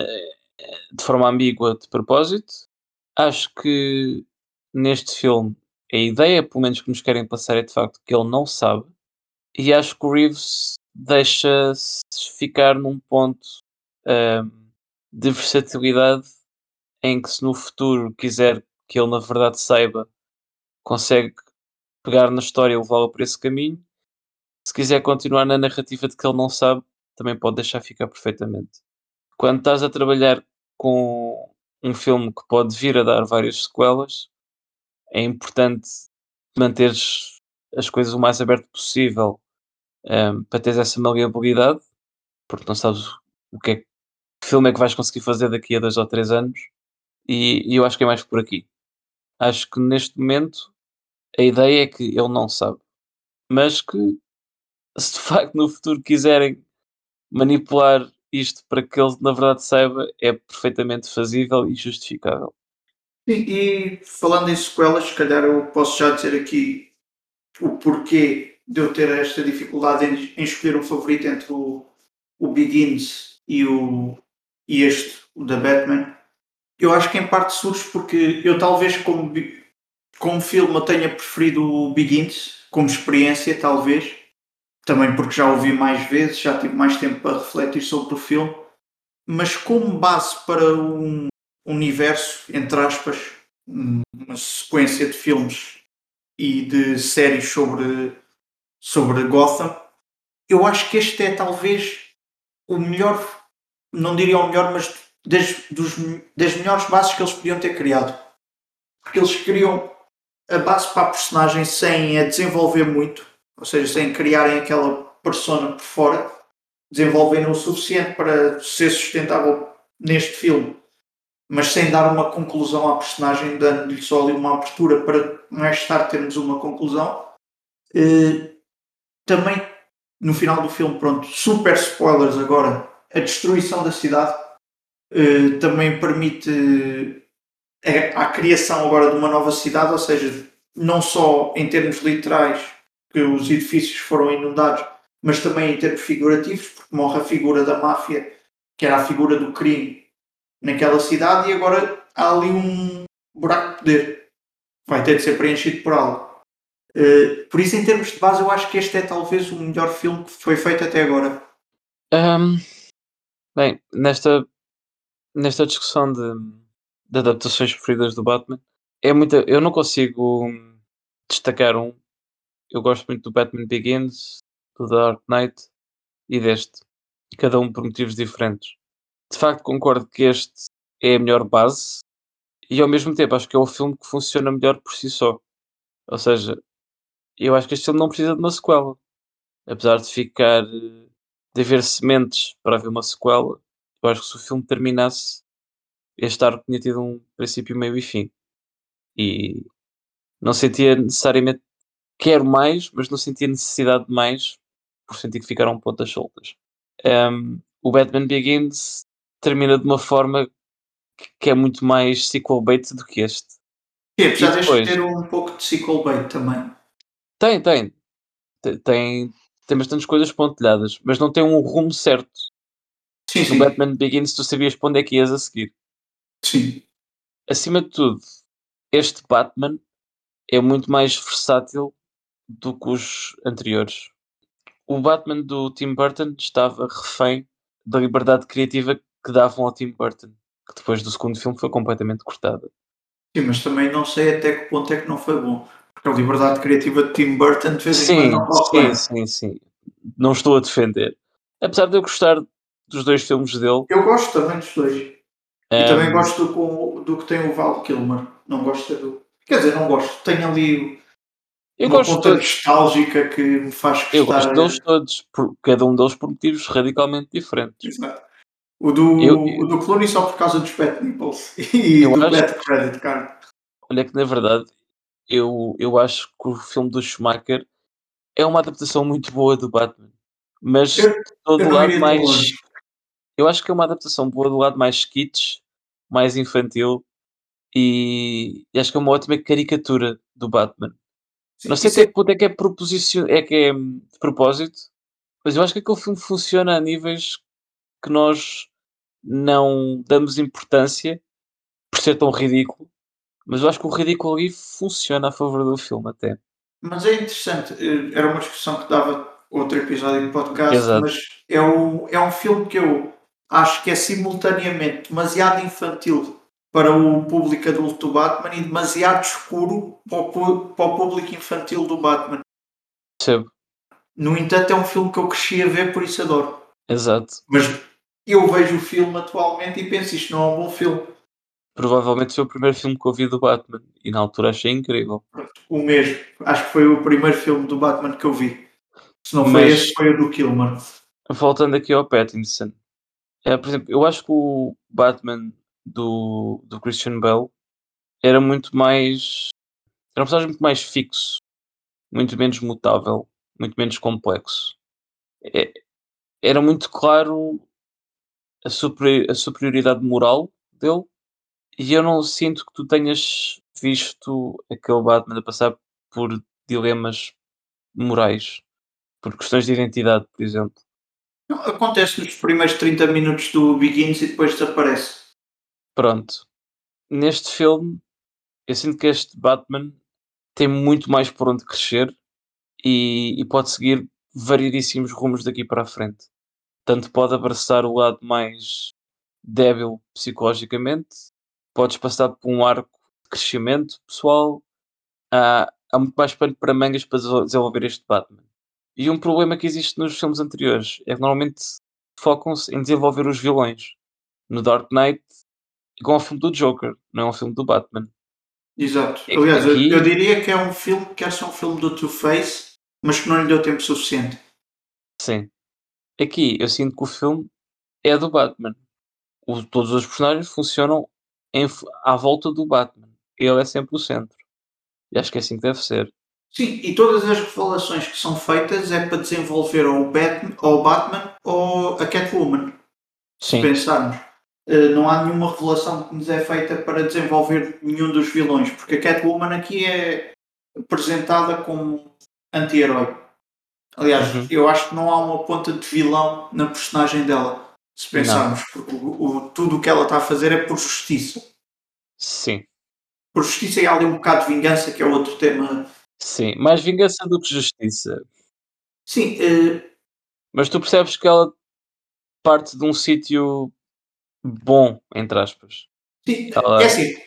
[SPEAKER 2] de forma ambígua de propósito. Acho que neste filme a ideia, pelo menos que nos querem passar, é de facto que ele não sabe. E acho que o Reeves deixa-se ficar num ponto ahm, de versatilidade em que se no futuro quiser que ele na verdade saiba, consegue pegar na história e levá-la por esse caminho. Se quiser continuar na narrativa de que ele não sabe, também pode deixar ficar perfeitamente. Quando estás a trabalhar com um filme que pode vir a dar várias sequelas, é importante manteres as coisas o mais aberto possível, para teres essa maleabilidade, porque não sabes que filme é que vais conseguir fazer daqui a 2 ou 3 anos, e eu acho que é mais por aqui. Acho que neste momento a ideia é que ele não sabe, mas que se de facto no futuro quiserem manipular isto para que ele na verdade saiba, é perfeitamente fazível e justificável.
[SPEAKER 1] E falando em sequelas, se calhar eu posso já dizer aqui o porquê de eu ter esta dificuldade em escolher um favorito entre o Begins e este, o da Batman. Eu acho que em parte surge porque eu talvez como filme eu tenha preferido o Begins, como experiência talvez, também porque já o vi mais vezes, já tive mais tempo para refletir sobre o filme, mas como base para um universo, entre aspas, uma sequência de filmes e de séries sobre Gotham, eu acho que este é talvez o melhor, não diria o melhor, mas das melhores bases que eles podiam ter criado. Porque eles criam a base para a personagem sem a desenvolver muito, ou seja, sem criarem aquela persona por fora, desenvolvem o suficiente para ser sustentável neste filme, mas sem dar uma conclusão à personagem, dando-lhe só ali uma abertura para mais tarde termos uma conclusão. Eh, Também no final do filme, pronto, super spoilers agora, a destruição da cidade também permite a criação agora de uma nova cidade, ou seja, não só em termos literais, que os edifícios foram inundados, mas também em termos figurativos, porque morre a figura da máfia, que era a figura do crime naquela cidade, e agora há ali um buraco de poder. Vai ter de ser preenchido por algo. Por isso, em termos de base, eu acho que este é talvez o melhor filme que foi feito até agora.
[SPEAKER 2] Hum, bem, nesta discussão de adaptações preferidas do Batman, eu não consigo destacar um. Eu gosto muito do Batman Begins, do Dark Knight e deste. Cada um por motivos diferentes. De facto, concordo que este é a melhor base e ao mesmo tempo acho que é o filme que funciona melhor por si só. Ou seja, eu acho que este filme não precisa de uma sequela. Apesar de ficar, de haver sementes para haver uma sequela, eu acho que se o filme terminasse, este arco tinha tido um princípio, meio e fim. E não sentia necessariamente. quero mais, mas não senti a necessidade de mais, por sentir que ficaram pontas soltas. O Batman Begins termina de uma forma que é muito mais sequel bait do que este.
[SPEAKER 1] E
[SPEAKER 2] E
[SPEAKER 1] apesar deste
[SPEAKER 2] depois,
[SPEAKER 1] ter um pouco de sequel bait também.
[SPEAKER 2] tem, tem, tem bastantes coisas pontilhadas, mas não tem um rumo certo.
[SPEAKER 1] Sim,
[SPEAKER 2] No
[SPEAKER 1] sim,
[SPEAKER 2] Batman Begins tu sabias para onde é que ias a seguir.
[SPEAKER 1] sim.
[SPEAKER 2] Acima de tudo, este Batman é muito mais versátil do que os anteriores. O Batman do Tim Burton estava refém da liberdade criativa que davam ao Tim Burton, que depois do segundo filme foi completamente cortada.
[SPEAKER 1] Sim, mas também não sei até que ponto é que não foi bom. Porque a liberdade criativa de Tim Burton de vez em quando
[SPEAKER 2] Sim,
[SPEAKER 1] não corre
[SPEAKER 2] sim,
[SPEAKER 1] bem.
[SPEAKER 2] sim, sim. Não estou a defender. Apesar de eu gostar dos dois filmes dele,
[SPEAKER 1] Eu gosto também dos dois. E também
[SPEAKER 2] ahm,
[SPEAKER 1] gosto do que tem o Val Kilmer. Não gosto do. Quer dizer, não gosto. Tem ali
[SPEAKER 2] eu
[SPEAKER 1] uma
[SPEAKER 2] gosto de
[SPEAKER 1] ponta
[SPEAKER 2] todos.
[SPEAKER 1] nostálgica que me faz
[SPEAKER 2] Eu
[SPEAKER 1] gostar.
[SPEAKER 2] gosto deles todos, cada um deles por motivos radicalmente diferentes.
[SPEAKER 1] Exato.
[SPEAKER 2] Eu,
[SPEAKER 1] O do Clooney só por causa dos Pet Nipples e
[SPEAKER 2] eu
[SPEAKER 1] do
[SPEAKER 2] acho,
[SPEAKER 1] Bad Credit Card.
[SPEAKER 2] olha que na verdade, eu acho que o filme do Schumacher é uma adaptação muito boa do Batman, mas
[SPEAKER 1] Eu,
[SPEAKER 2] todo
[SPEAKER 1] eu
[SPEAKER 2] o
[SPEAKER 1] não
[SPEAKER 2] lado
[SPEAKER 1] iria tão
[SPEAKER 2] mais.
[SPEAKER 1] longe.
[SPEAKER 2] Eu acho que é uma adaptação boa do lado mais kitsch, mais infantil e acho que é uma ótima caricatura do Batman. Não
[SPEAKER 1] Sim,
[SPEAKER 2] sei
[SPEAKER 1] isso
[SPEAKER 2] até
[SPEAKER 1] é.
[SPEAKER 2] que ponto é que é de propósito, mas eu acho que aquele filme funciona a níveis que nós não damos importância por ser tão ridículo, mas eu acho que o ridículo ali funciona a favor do filme até.
[SPEAKER 1] Mas é interessante. Era uma discussão que dava outro episódio de podcast,
[SPEAKER 2] Exato.
[SPEAKER 1] mas é um filme que eu acho que é simultaneamente demasiado infantil para o público adulto do Batman e demasiado escuro para o público infantil do Batman.
[SPEAKER 2] Percebo.
[SPEAKER 1] No entanto, é um filme que eu cresci a ver, por isso adoro.
[SPEAKER 2] Exato.
[SPEAKER 1] Mas eu vejo o filme atualmente e penso, isto não é um bom filme.
[SPEAKER 2] Provavelmente foi o primeiro filme que eu vi do Batman e na altura achei incrível.
[SPEAKER 1] Pronto, o mesmo. Acho que foi o primeiro filme do Batman que eu vi. Se não foi esse,
[SPEAKER 2] Mas
[SPEAKER 1] foi o do Kilmer.
[SPEAKER 2] voltando aqui ao Pattinson, por exemplo, eu acho que o Batman do Christian Bale era muito mais. Era um personagem muito mais fixo, muito menos mutável, muito menos complexo. É- Era muito claro a superioridade moral dele, e eu não sinto que tu tenhas visto aquele Batman a passar por dilemas morais, por questões de identidade, por exemplo.
[SPEAKER 1] Não, acontece nos primeiros 30 minutos do Begins e depois desaparece.
[SPEAKER 2] Pronto. Neste filme, eu sinto que este Batman tem muito mais por onde crescer e pode seguir variedíssimos rumos daqui para a frente. Tanto pode abraçar o lado mais débil psicologicamente, podes passar por um arco de crescimento pessoal. Há muito mais pano para mangas para desenvolver este Batman. E um problema que existe nos filmes anteriores é que normalmente focam-se em desenvolver os vilões. No Dark Knight, igual ao filme do Joker, não é um filme do Batman.
[SPEAKER 1] Exato. Aliás, eu
[SPEAKER 2] Aqui,
[SPEAKER 1] diria que é um filme que quer ser um filme do Two-Face, mas que não lhe deu tempo suficiente.
[SPEAKER 2] sim. Aqui eu sinto que o filme é do Batman. Todos os personagens funcionam à volta do Batman. Ele é sempre o centro. E acho que é assim que deve ser.
[SPEAKER 1] Sim, e todas as revelações que são feitas é para desenvolver ou o Batman ou a Catwoman. Se
[SPEAKER 2] Sim.
[SPEAKER 1] pensarmos. Não há nenhuma revelação que nos é feita para desenvolver nenhum dos vilões, porque a Catwoman aqui é apresentada como anti-herói. Aliás,
[SPEAKER 2] Uhum.
[SPEAKER 1] eu acho que não há uma ponta de vilão na personagem dela, se
[SPEAKER 2] Não.
[SPEAKER 1] pensarmos, porque tudo o que ela está a fazer é por justiça.
[SPEAKER 2] Sim.
[SPEAKER 1] Por justiça e há ali um bocado de vingança, que é outro tema.
[SPEAKER 2] Sim. Mais vingança do que justiça.
[SPEAKER 1] Sim,
[SPEAKER 2] Mas tu percebes que ela parte de um sítio bom, entre aspas.
[SPEAKER 1] sim, é
[SPEAKER 2] Ela.
[SPEAKER 1] assim,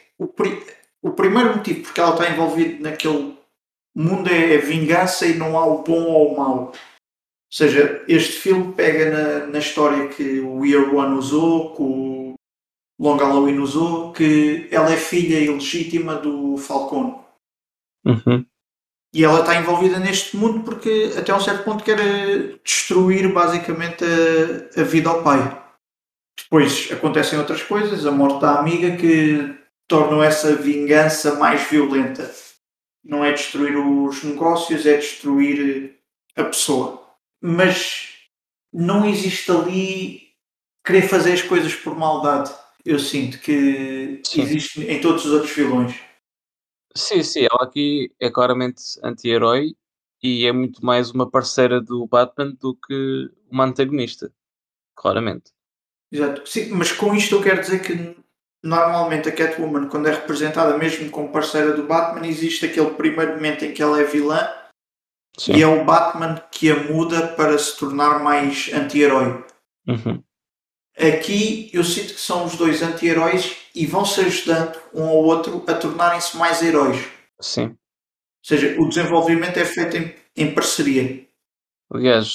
[SPEAKER 1] o primeiro motivo porque ela está envolvida naquele mundo é vingança e não há o bom ou o mau. Ou seja, este filme pega na história que o Year One usou, que o Long Halloween usou, que ela é filha ilegítima do Falcone.
[SPEAKER 2] Uhum.
[SPEAKER 1] E ela está envolvida neste mundo porque até um certo ponto quer destruir basicamente a vida ao pai. Depois acontecem outras coisas, a morte da amiga que tornam essa vingança mais violenta. Não é destruir os negócios, é destruir a pessoa. Mas não existe ali querer fazer as coisas por maldade. Eu sinto que
[SPEAKER 2] Sim.
[SPEAKER 1] existe em todos os outros vilões.
[SPEAKER 2] Sim, sim, ela aqui é claramente anti-herói e é muito mais uma parceira do Batman do que uma antagonista, claramente.
[SPEAKER 1] Exato. Sim, mas com isto eu quero dizer que normalmente a Catwoman, quando é representada mesmo como parceira do Batman, existe aquele primeiro momento em que ela é vilã e é
[SPEAKER 2] Sim.
[SPEAKER 1] o Batman que a muda para se tornar mais anti-herói.
[SPEAKER 2] Uhum.
[SPEAKER 1] Aqui eu sinto que são os dois anti-heróis e vão se ajudando um ao outro a tornarem-se mais heróis.
[SPEAKER 2] Sim.
[SPEAKER 1] Ou seja, o desenvolvimento é feito em parceria.
[SPEAKER 2] Aliás,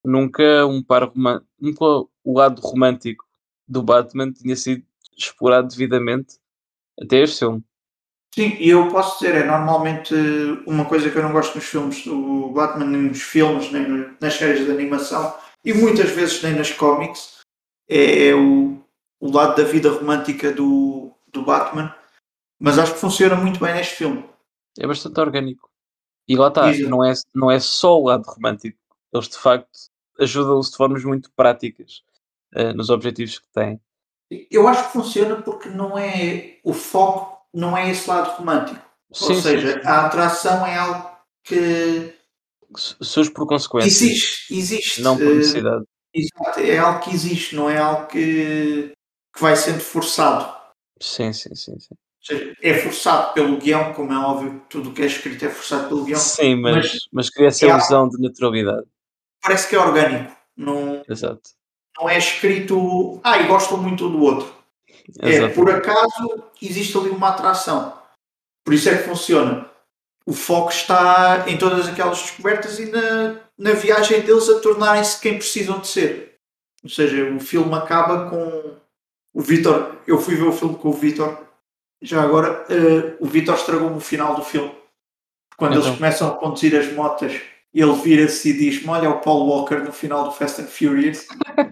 [SPEAKER 2] nunca o lado romântico do Batman tinha sido explorado devidamente até este filme.
[SPEAKER 1] Sim, e eu posso dizer, é normalmente uma coisa que eu não gosto nos filmes do Batman, nem nos filmes, nem nas séries de animação, e muitas vezes nem nas cómics, é o lado da vida romântica do Batman, mas acho que funciona muito bem neste filme.
[SPEAKER 2] É bastante orgânico. E lá está,
[SPEAKER 1] Exato.
[SPEAKER 2] não é só o lado romântico. Eles de facto ajudam-se de formas muito práticas nos objetivos que têm.
[SPEAKER 1] Eu acho que funciona porque não é o foco, não é esse lado romântico. Ou
[SPEAKER 2] Sim, sim,
[SPEAKER 1] seja,
[SPEAKER 2] sim.
[SPEAKER 1] a atração é algo que
[SPEAKER 2] Surge por consequências,
[SPEAKER 1] existe.
[SPEAKER 2] não por necessidade.
[SPEAKER 1] Exato, é algo que existe, não é algo que vai sendo forçado. Ou
[SPEAKER 2] Sim, sim, sim, sim.
[SPEAKER 1] seja, é forçado pelo guião, como é óbvio, tudo o que é escrito é forçado pelo guião,
[SPEAKER 2] Sim,
[SPEAKER 1] mas
[SPEAKER 2] mas cria essa
[SPEAKER 1] é algo
[SPEAKER 2] ilusão de naturalidade.
[SPEAKER 1] que parece que é orgânico. Não,
[SPEAKER 2] Exato,
[SPEAKER 1] não é escrito, e gostam muito um do outro. É, por
[SPEAKER 2] exatamente.
[SPEAKER 1] acaso, existe ali uma atração. Por isso é que funciona. O foco está em todas aquelas descobertas e na viagem deles a tornarem-se quem precisam de ser. Ou seja, o filme acaba com o Vitor. Eu fui ver o filme com o Vitor. Já agora, o Vitor estragou-me o final do filme. Quando eles
[SPEAKER 2] Então,
[SPEAKER 1] começam a conduzir as motas, ele vira-se e diz-me: Olha, é o Paul Walker no final do Fast and Furious.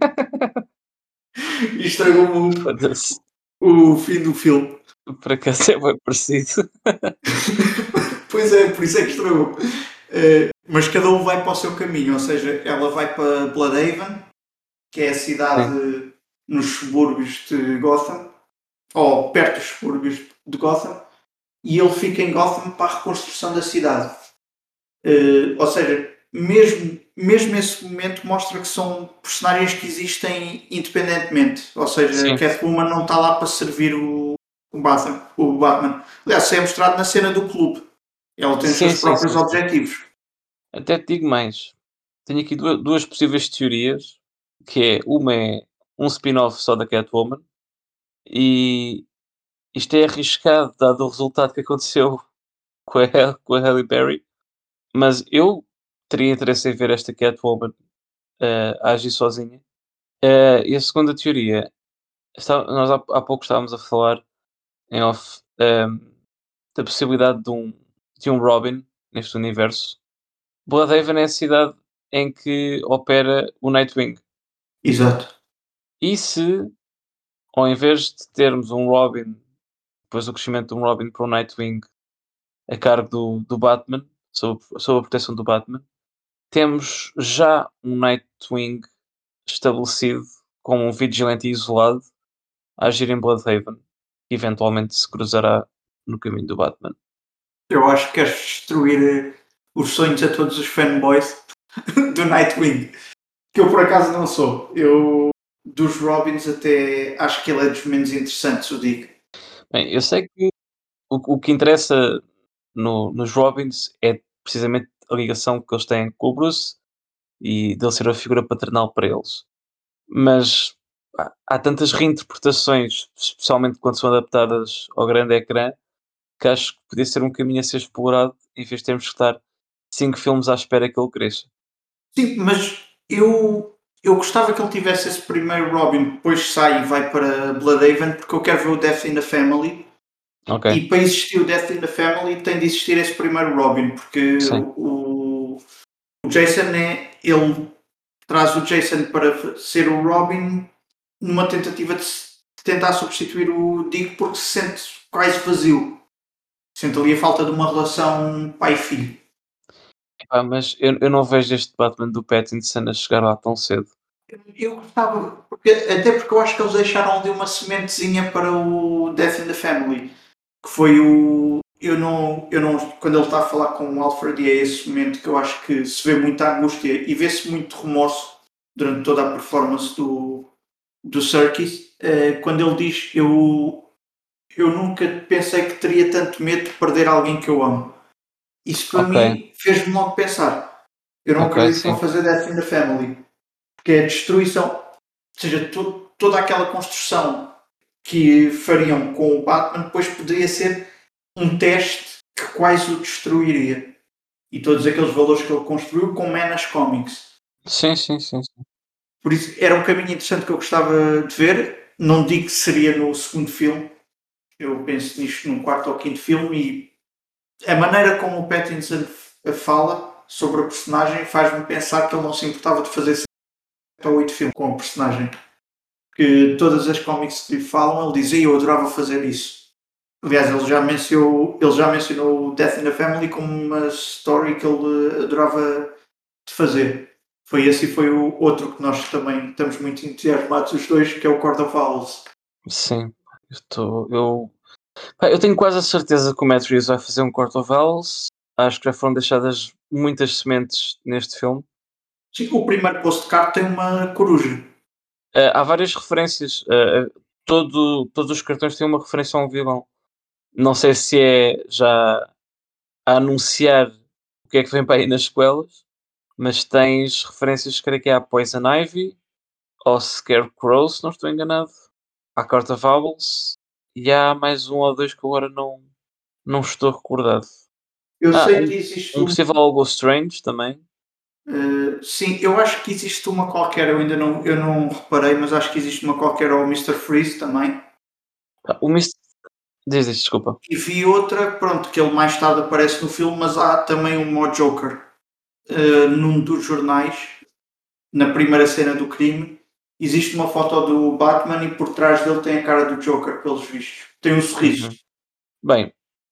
[SPEAKER 1] E estragou-me
[SPEAKER 2] foda-se.
[SPEAKER 1] o fim do filme.
[SPEAKER 2] Por acaso é bem parecido.
[SPEAKER 1] Pois é, por isso é que estragou. Mas cada um vai para o seu caminho. Ou seja, ela vai para Bloodhaven, que é a
[SPEAKER 2] Sim,
[SPEAKER 1] cidade nos subúrbios de Gotham, ou perto dos subúrbios de Gotham, e ele fica em Gotham para a reconstrução da cidade. Ou seja, mesmo esse momento mostra que são personagens que existem independentemente. Ou seja, a
[SPEAKER 2] sim.
[SPEAKER 1] Catwoman não está lá para servir o Batman. O Batman. Aliás, isso é mostrado na cena do clube. Ela tem os
[SPEAKER 2] Sim,
[SPEAKER 1] seus
[SPEAKER 2] sim,
[SPEAKER 1] próprios
[SPEAKER 2] sim, sim.
[SPEAKER 1] objetivos.
[SPEAKER 2] Até te digo mais. Tenho aqui duas possíveis teorias, que é uma é um spin-off só da Catwoman e isto é arriscado dado o resultado que aconteceu com a Halle Berry, mas eu teria interesse em ver esta Catwoman a agir sozinha. E a segunda teoria, nós há pouco estávamos a falar em off da possibilidade de um Robin neste universo. Bloodhaven é a cidade em que opera o Nightwing.
[SPEAKER 1] Exato.
[SPEAKER 2] E se, ao invés de termos um Robin, depois do crescimento de um Robin para um Nightwing a cargo do Batman, sob a proteção do Batman, temos já um Nightwing estabelecido como um vigilante isolado a agir em Bloodhaven, que eventualmente se cruzará no caminho do Batman.
[SPEAKER 1] Eu acho que queres destruir os sonhos a todos os fanboys do Nightwing. Que eu por acaso não sou. Eu dos Robins até acho que ele é dos menos interessantes, o Dick.
[SPEAKER 2] Bem, eu sei que o que interessa nos Robins é precisamente a ligação que eles têm com o Bruce e dele ser a figura paternal para eles. Mas há tantas reinterpretações, especialmente quando são adaptadas ao grande ecrã, que acho que podia ser um caminho a ser explorado em vez de termos que estar 5 filmes à espera que ele cresça.
[SPEAKER 1] Sim, mas eu gostava que ele tivesse esse primeiro Robin, depois sai e vai para Bloodhaven, porque eu quero ver o Death in the Family.
[SPEAKER 2] Ok,
[SPEAKER 1] E para existir o Death in the Family tem de existir esse primeiro Robin, porque
[SPEAKER 2] sim.
[SPEAKER 1] o Jason ele traz o Jason para ser o Robin numa tentativa de tentar substituir o Dick porque se sente quase vazio. Sinto ali a falta de uma relação pai-filho.
[SPEAKER 2] Epá, mas eu não vejo este Batman do Pattinson a chegar lá tão cedo.
[SPEAKER 1] Eu gostava, até porque eu acho que eles deixaram ali uma sementezinha para o Death in the Family, que foi o. Quando ele está a falar com o Alfred, e é esse momento que eu acho que se vê muita angústia e vê-se muito remorso durante toda a performance do Serkis, quando ele diz: eu nunca pensei que teria tanto medo de perder alguém que eu amo. Isso para
[SPEAKER 2] Ok,
[SPEAKER 1] mim fez-me logo pensar. Eu não
[SPEAKER 2] ok,
[SPEAKER 1] acredito que vão
[SPEAKER 2] sim.
[SPEAKER 1] fazer Death in the Family, porque é a destruição, ou seja, toda aquela construção que fariam com o Batman depois poderia ser um teste que quase o destruiria. E todos aqueles valores que ele construiu, como é nas cómics.
[SPEAKER 2] Sim, sim, sim, sim.
[SPEAKER 1] Por isso era um caminho interessante que eu gostava de ver. Não digo que seria no segundo filme, eu penso nisto num quarto ou quinto filme, e a maneira como o Pattinson fala sobre a personagem faz-me pensar que ele não se importava de fazer 7 ou 8 filmes com a personagem. Que todas as cómics que lhe falam, ele dizia: eu adorava fazer isso. Aliás, ele já mencionou o Death in the Family como uma story que ele adorava de fazer. Foi esse e foi o outro que nós também estamos muito entusiasmados, os dois, que é o Court of Owls.
[SPEAKER 2] Sim. Pá, eu tenho quase a certeza que o Matt Reeves vai fazer um Court of Owls. Acho que já foram deixadas muitas sementes neste filme.
[SPEAKER 1] Sim, o primeiro postcard tem uma coruja.
[SPEAKER 2] Há várias referências. Todos os cartões têm uma referência a um vilão. Não sei se é já a anunciar o que é que vem para aí nas sequelas, mas tens referências, creio que é à Poison Ivy, ao Scarecrow, se não estou enganado, à Court of Owls, e há mais um ou dois que agora não estou recordado.
[SPEAKER 1] Eu
[SPEAKER 2] Ah,
[SPEAKER 1] sei
[SPEAKER 2] um,
[SPEAKER 1] que existe
[SPEAKER 2] um
[SPEAKER 1] uma.
[SPEAKER 2] possível Algo Strange também.
[SPEAKER 1] Sim, eu acho que existe uma qualquer, eu não reparei, mas acho que existe uma qualquer ao Mr. Freeze também.
[SPEAKER 2] Ah, o Mist... Diz, desculpa.
[SPEAKER 1] E vi outra, pronto, que ele mais tarde aparece no filme, mas há também uma ao Joker, num dos jornais, na primeira cena do crime. Existe uma foto do Batman e por trás dele tem a cara do Joker, pelos vistos. Tem um sorriso.
[SPEAKER 2] Uhum. Bem,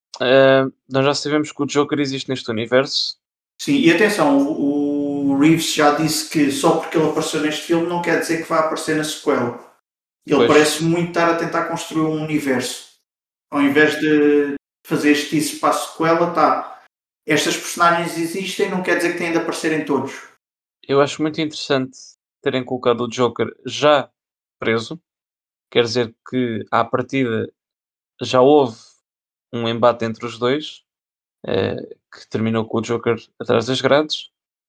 [SPEAKER 2] nós já sabemos que o Joker existe neste universo.
[SPEAKER 1] Sim, e atenção, o Reeves já disse que só porque ele apareceu neste filme não quer dizer que vai aparecer na sequela. Ele
[SPEAKER 2] Pois,
[SPEAKER 1] parece muito estar a tentar construir um universo. Ao invés de fazer este para a sequela, tá. Estas personagens existem, não quer dizer que têm de aparecer em todos.
[SPEAKER 2] eu acho muito interessante terem colocado o Joker já preso. Quer dizer que, à partida, já houve um embate entre os dois, que terminou com o Joker atrás das grades.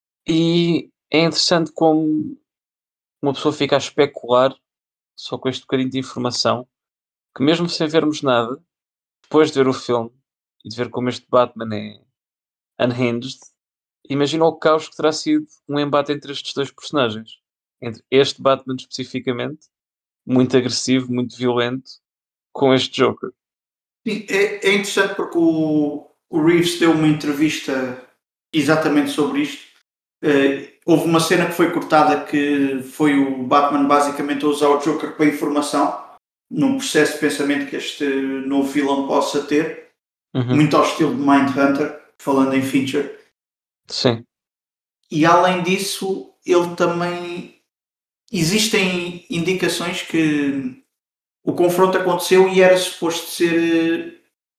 [SPEAKER 2] E é interessante como uma pessoa fica a especular só com este bocadinho de informação, que mesmo sem vermos nada, depois de ver o filme e de ver como este Batman é unhinged, imagina o caos que terá sido um embate entre estes dois personagens. Entre este Batman especificamente, muito agressivo, muito violento, com este Joker.
[SPEAKER 1] Sim, é interessante porque o Reeves deu uma entrevista exatamente sobre isto. Houve uma cena que foi cortada que foi o Batman basicamente a usar o Joker para informação, num processo de pensamento que este novo vilão possa ter,
[SPEAKER 2] Uhum.
[SPEAKER 1] muito ao estilo de Mindhunter, falando em Fincher.
[SPEAKER 2] Sim,
[SPEAKER 1] E além disso, ele também. Existem indicações que o confronto aconteceu e era suposto ser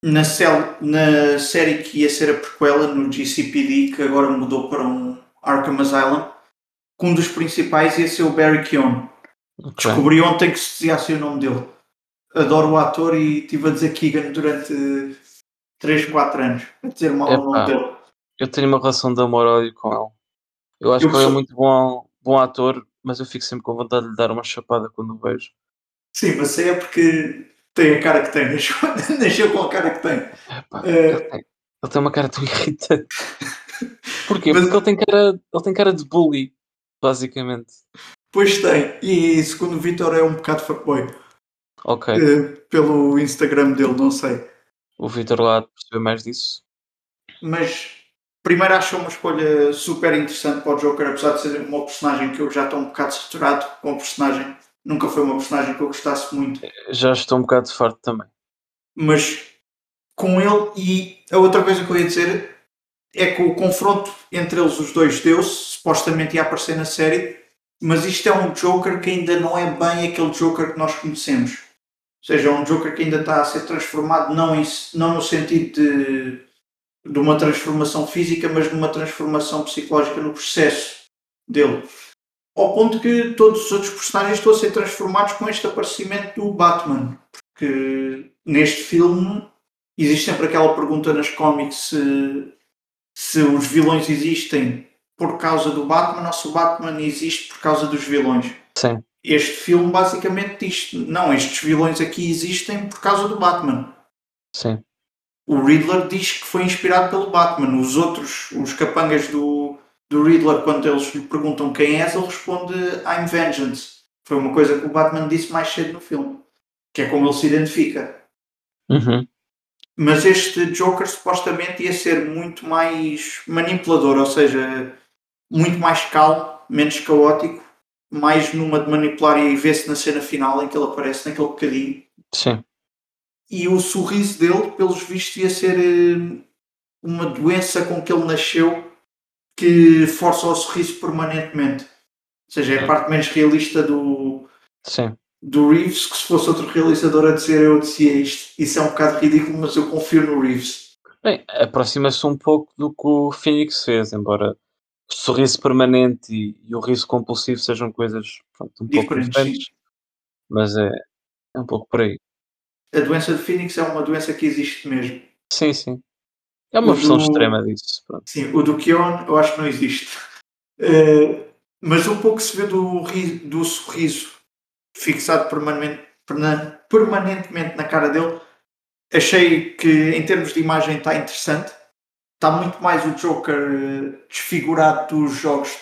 [SPEAKER 1] na série que ia ser a prequela no GCPD, que agora mudou para um Arkham Asylum, que um dos principais ia ser o Barry Keoghan.
[SPEAKER 2] ok.
[SPEAKER 1] Descobri ontem que se dizia assim o nome dele. Adoro o ator e estive a dizer Keegan durante 3 4 anos, a dizer mal o nome
[SPEAKER 2] Epá,
[SPEAKER 1] dele.
[SPEAKER 2] eu tenho uma relação de amor-ódio com ele. Eu acho
[SPEAKER 1] Eu
[SPEAKER 2] que
[SPEAKER 1] que
[SPEAKER 2] ele é
[SPEAKER 1] sou.
[SPEAKER 2] muito bom ator, mas eu fico sempre com vontade de lhe dar uma chapada quando o vejo.
[SPEAKER 1] Sim, mas é porque tem a cara que tem, nasceu com a cara que tem.
[SPEAKER 2] Epá,
[SPEAKER 1] Eh,
[SPEAKER 2] ele tem uma cara tão irritante. Porquê?
[SPEAKER 1] mas
[SPEAKER 2] Porque ele tem cara de bully, basicamente.
[SPEAKER 1] Pois tem, e segundo o Vitor é um bocado fuckboy.
[SPEAKER 2] Ok,
[SPEAKER 1] Pelo Instagram dele, não sei.
[SPEAKER 2] o Vitor lá há de perceber mais disso.
[SPEAKER 1] Mas primeiro acho uma escolha super interessante para o Joker, apesar de ser uma personagem que eu já estou um bocado saturado com a personagem. Nunca foi uma personagem que eu gostasse muito.
[SPEAKER 2] Já estou um bocado farto também.
[SPEAKER 1] Mas com ele. E a outra coisa que eu ia dizer é que o confronto entre eles os dois deu-se, supostamente ia aparecer na série, mas isto é um Joker que ainda não é bem aquele Joker que nós conhecemos. Ou seja, é um Joker que ainda está a ser transformado, não no sentido de uma transformação física, mas de uma transformação psicológica no processo dele. Ao ponto que todos os outros personagens estão a ser transformados com este aparecimento do Batman. Porque neste filme existe sempre aquela pergunta nas cómics se os vilões existem por causa do Batman ou se o Batman existe por causa dos vilões.
[SPEAKER 2] Sim,
[SPEAKER 1] Este filme basicamente diz: não, estes vilões aqui existem por causa do Batman.
[SPEAKER 2] sim.
[SPEAKER 1] O Riddler diz que foi inspirado pelo Batman. Os outros, os capangas do Riddler, quando eles lhe perguntam quem és, ele responde I'm Vengeance. Foi uma coisa que o Batman disse mais cedo no filme, que é como ele se identifica.
[SPEAKER 2] Uhum.
[SPEAKER 1] Mas este Joker supostamente ia ser muito mais manipulador, ou seja, muito mais calmo, menos caótico, mais numa de manipular e vê-se na cena final em que ele aparece naquele bocadinho.
[SPEAKER 2] Sim.
[SPEAKER 1] E o sorriso dele, pelos vistos, ia ser uma doença com que ele nasceu que força o sorriso permanentemente. Ou seja, é a parte menos realista
[SPEAKER 2] Sim.
[SPEAKER 1] do Reeves, que se fosse outro realizador a dizer eu dizia isto. Isso é um bocado ridículo, mas eu confio no Reeves.
[SPEAKER 2] Bem, aproxima-se um pouco do que o Phoenix fez, embora o sorriso permanente e o riso compulsivo sejam coisas, pronto, um pouco
[SPEAKER 1] Diferentes, sim.
[SPEAKER 2] diferentes, mas é um pouco por aí.
[SPEAKER 1] A doença de Phoenix é uma doença que existe mesmo.
[SPEAKER 2] Sim, sim. É
[SPEAKER 1] O
[SPEAKER 2] uma versão
[SPEAKER 1] do,
[SPEAKER 2] extrema disso. Pronto.
[SPEAKER 1] sim, o do Keon eu acho que não existe. Mas um pouco se vê do sorriso fixado permanentemente na cara dele. Achei que em termos de imagem está interessante. Está muito mais o Joker desfigurado dos jogos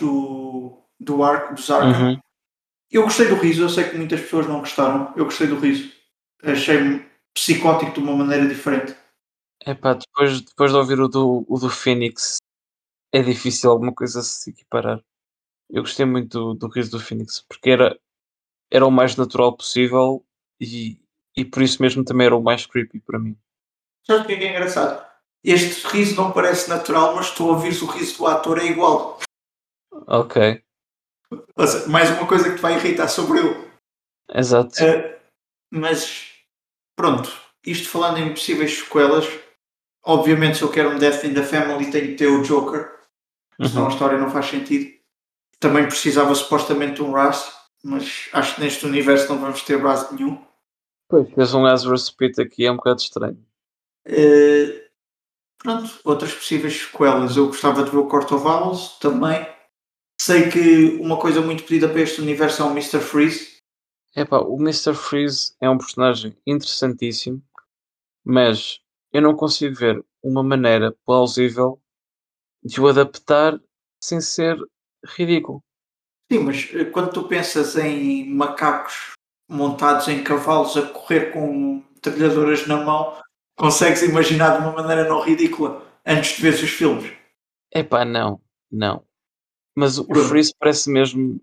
[SPEAKER 1] dos Arkham.
[SPEAKER 2] Uhum.
[SPEAKER 1] Eu gostei do riso, eu sei que muitas pessoas não gostaram. Eu gostei do riso. Achei-me psicótico de uma maneira diferente.
[SPEAKER 2] Epá, depois de ouvir o do Phoenix, é difícil alguma coisa se equiparar. Eu gostei muito do riso do Phoenix, porque era o mais natural possível e por isso mesmo também era o mais creepy para mim.
[SPEAKER 1] Sabe o que é engraçado? Este riso não parece natural, mas tu ouvires o riso do ator é igual.
[SPEAKER 2] Ok,
[SPEAKER 1] Ou seja, mais uma coisa que te vai irritar sobre ele.
[SPEAKER 2] exato.
[SPEAKER 1] Uh, mas pronto, isto falando em possíveis sequelas, obviamente se eu quero um Death in the Family tenho que ter o Joker, senão a
[SPEAKER 2] Uhum.
[SPEAKER 1] história não faz sentido. Também precisava supostamente de um Raz, mas acho que neste universo não vamos ter Raz nenhum.
[SPEAKER 2] Pois. Fez um Lazarus Pit aqui, é um bocado estranho.
[SPEAKER 1] Uh, pronto, outras possíveis sequelas. Eu gostava de ver o Court of Owls também. Sei que uma coisa muito pedida para este universo é o Mr. Freeze.
[SPEAKER 2] Epá, o Mister Freeze é um personagem interessantíssimo, mas eu não consigo ver uma maneira plausível de o adaptar sem ser ridículo.
[SPEAKER 1] Sim, mas quando tu pensas em macacos montados em cavalos a correr com trilhadoras na mão, consegues imaginar de uma maneira não ridícula antes de ver os filmes.
[SPEAKER 2] Epá, não, não. Mas o
[SPEAKER 1] Pronto.
[SPEAKER 2] Freeze parece mesmo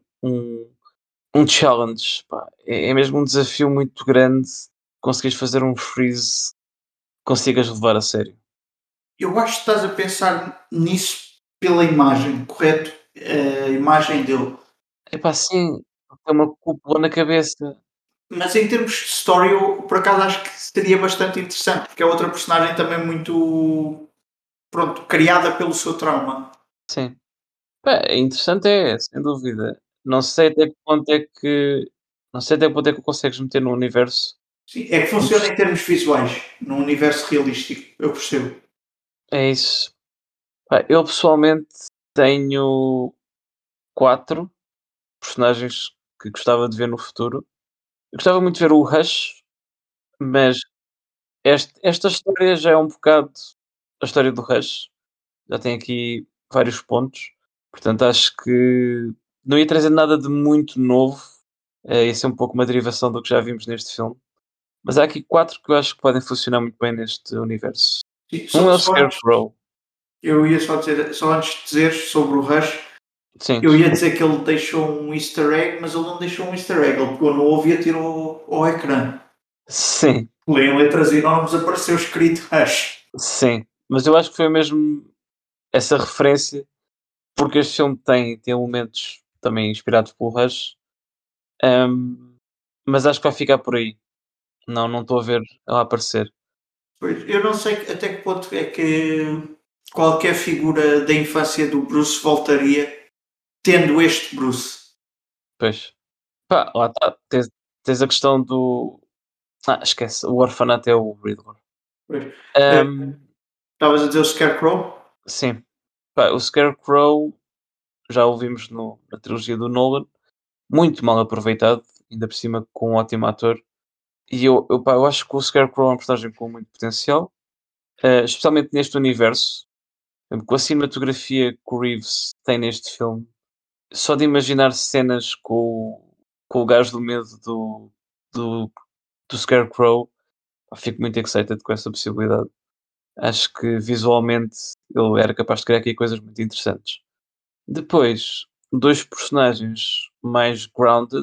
[SPEAKER 2] um challenge, pá. É mesmo um desafio muito grande conseguires fazer um Freeze que consigas levar a sério.
[SPEAKER 1] Eu acho que estás a pensar nisso pela imagem, correto? A imagem dele.
[SPEAKER 2] Epá, sim, tem uma cúpula na cabeça.
[SPEAKER 1] Mas em termos de story, eu por acaso acho que seria bastante interessante, porque é outra personagem também muito, pronto, criada pelo seu trauma.
[SPEAKER 2] Sim. Pá, é interessante sem dúvida. Não sei até que ponto é que não sei até que ponto é que o consegues meter no universo
[SPEAKER 1] Sim, é que
[SPEAKER 2] um
[SPEAKER 1] funciona em termos visuais, num universo realístico, eu percebo.
[SPEAKER 2] é isso. Pá, eu pessoalmente tenho 4 personagens que gostava de ver no futuro. Eu gostava muito de ver o Rush, mas esta história já é um bocado a história do Rush. Já tem aqui vários pontos. Portanto, acho que não ia trazer nada de muito novo. Ia ser um pouco uma derivação do que já vimos neste filme. Mas há aqui 4 que eu acho que podem funcionar muito bem neste universo.
[SPEAKER 1] Sim,
[SPEAKER 2] Um é o
[SPEAKER 1] só antes,
[SPEAKER 2] Scarecrow.
[SPEAKER 1] eu ia só dizer, só antes de dizer sobre o Rush,
[SPEAKER 2] Sim,
[SPEAKER 1] eu ia
[SPEAKER 2] desculpa.
[SPEAKER 1] dizer que ele deixou um easter egg, mas ele não deixou um easter egg, ele pegou no ovo e atirou ao ecrã.
[SPEAKER 2] Sim,
[SPEAKER 1] Lê em letras enormes apareceu escrito Rush.
[SPEAKER 2] Sim, mas eu acho que foi mesmo essa referência, porque este filme tem elementos também inspirados pelo Rush, hum, mas acho que vai ficar por aí. Não estou a ver ela aparecer.
[SPEAKER 1] Pois, eu não sei até que ponto é que qualquer figura da infância do Bruce voltaria tendo este Bruce.
[SPEAKER 2] Pois. Pá, lá está. Tens a questão do. Esquece. O orfanato é o Riddler.
[SPEAKER 1] Pois. Eh,
[SPEAKER 2] Hum,
[SPEAKER 1] Estavas a dizer o Scarecrow?
[SPEAKER 2] sim. Pá, o Scarecrow já o vimos na trilogia do Nolan. Muito mal aproveitado. Ainda por cima com um ótimo ator. E eu acho que o Scarecrow é um personagem com muito potencial. Especialmente neste universo. Com a cinematografia que o Reeves tem neste filme. Só de imaginar cenas com o gajo do medo do, do Scarecrow, pá, fico muito excited com essa possibilidade. Acho que visualmente ele era capaz de criar aqui coisas muito interessantes. Depois, dois personagens mais grounded,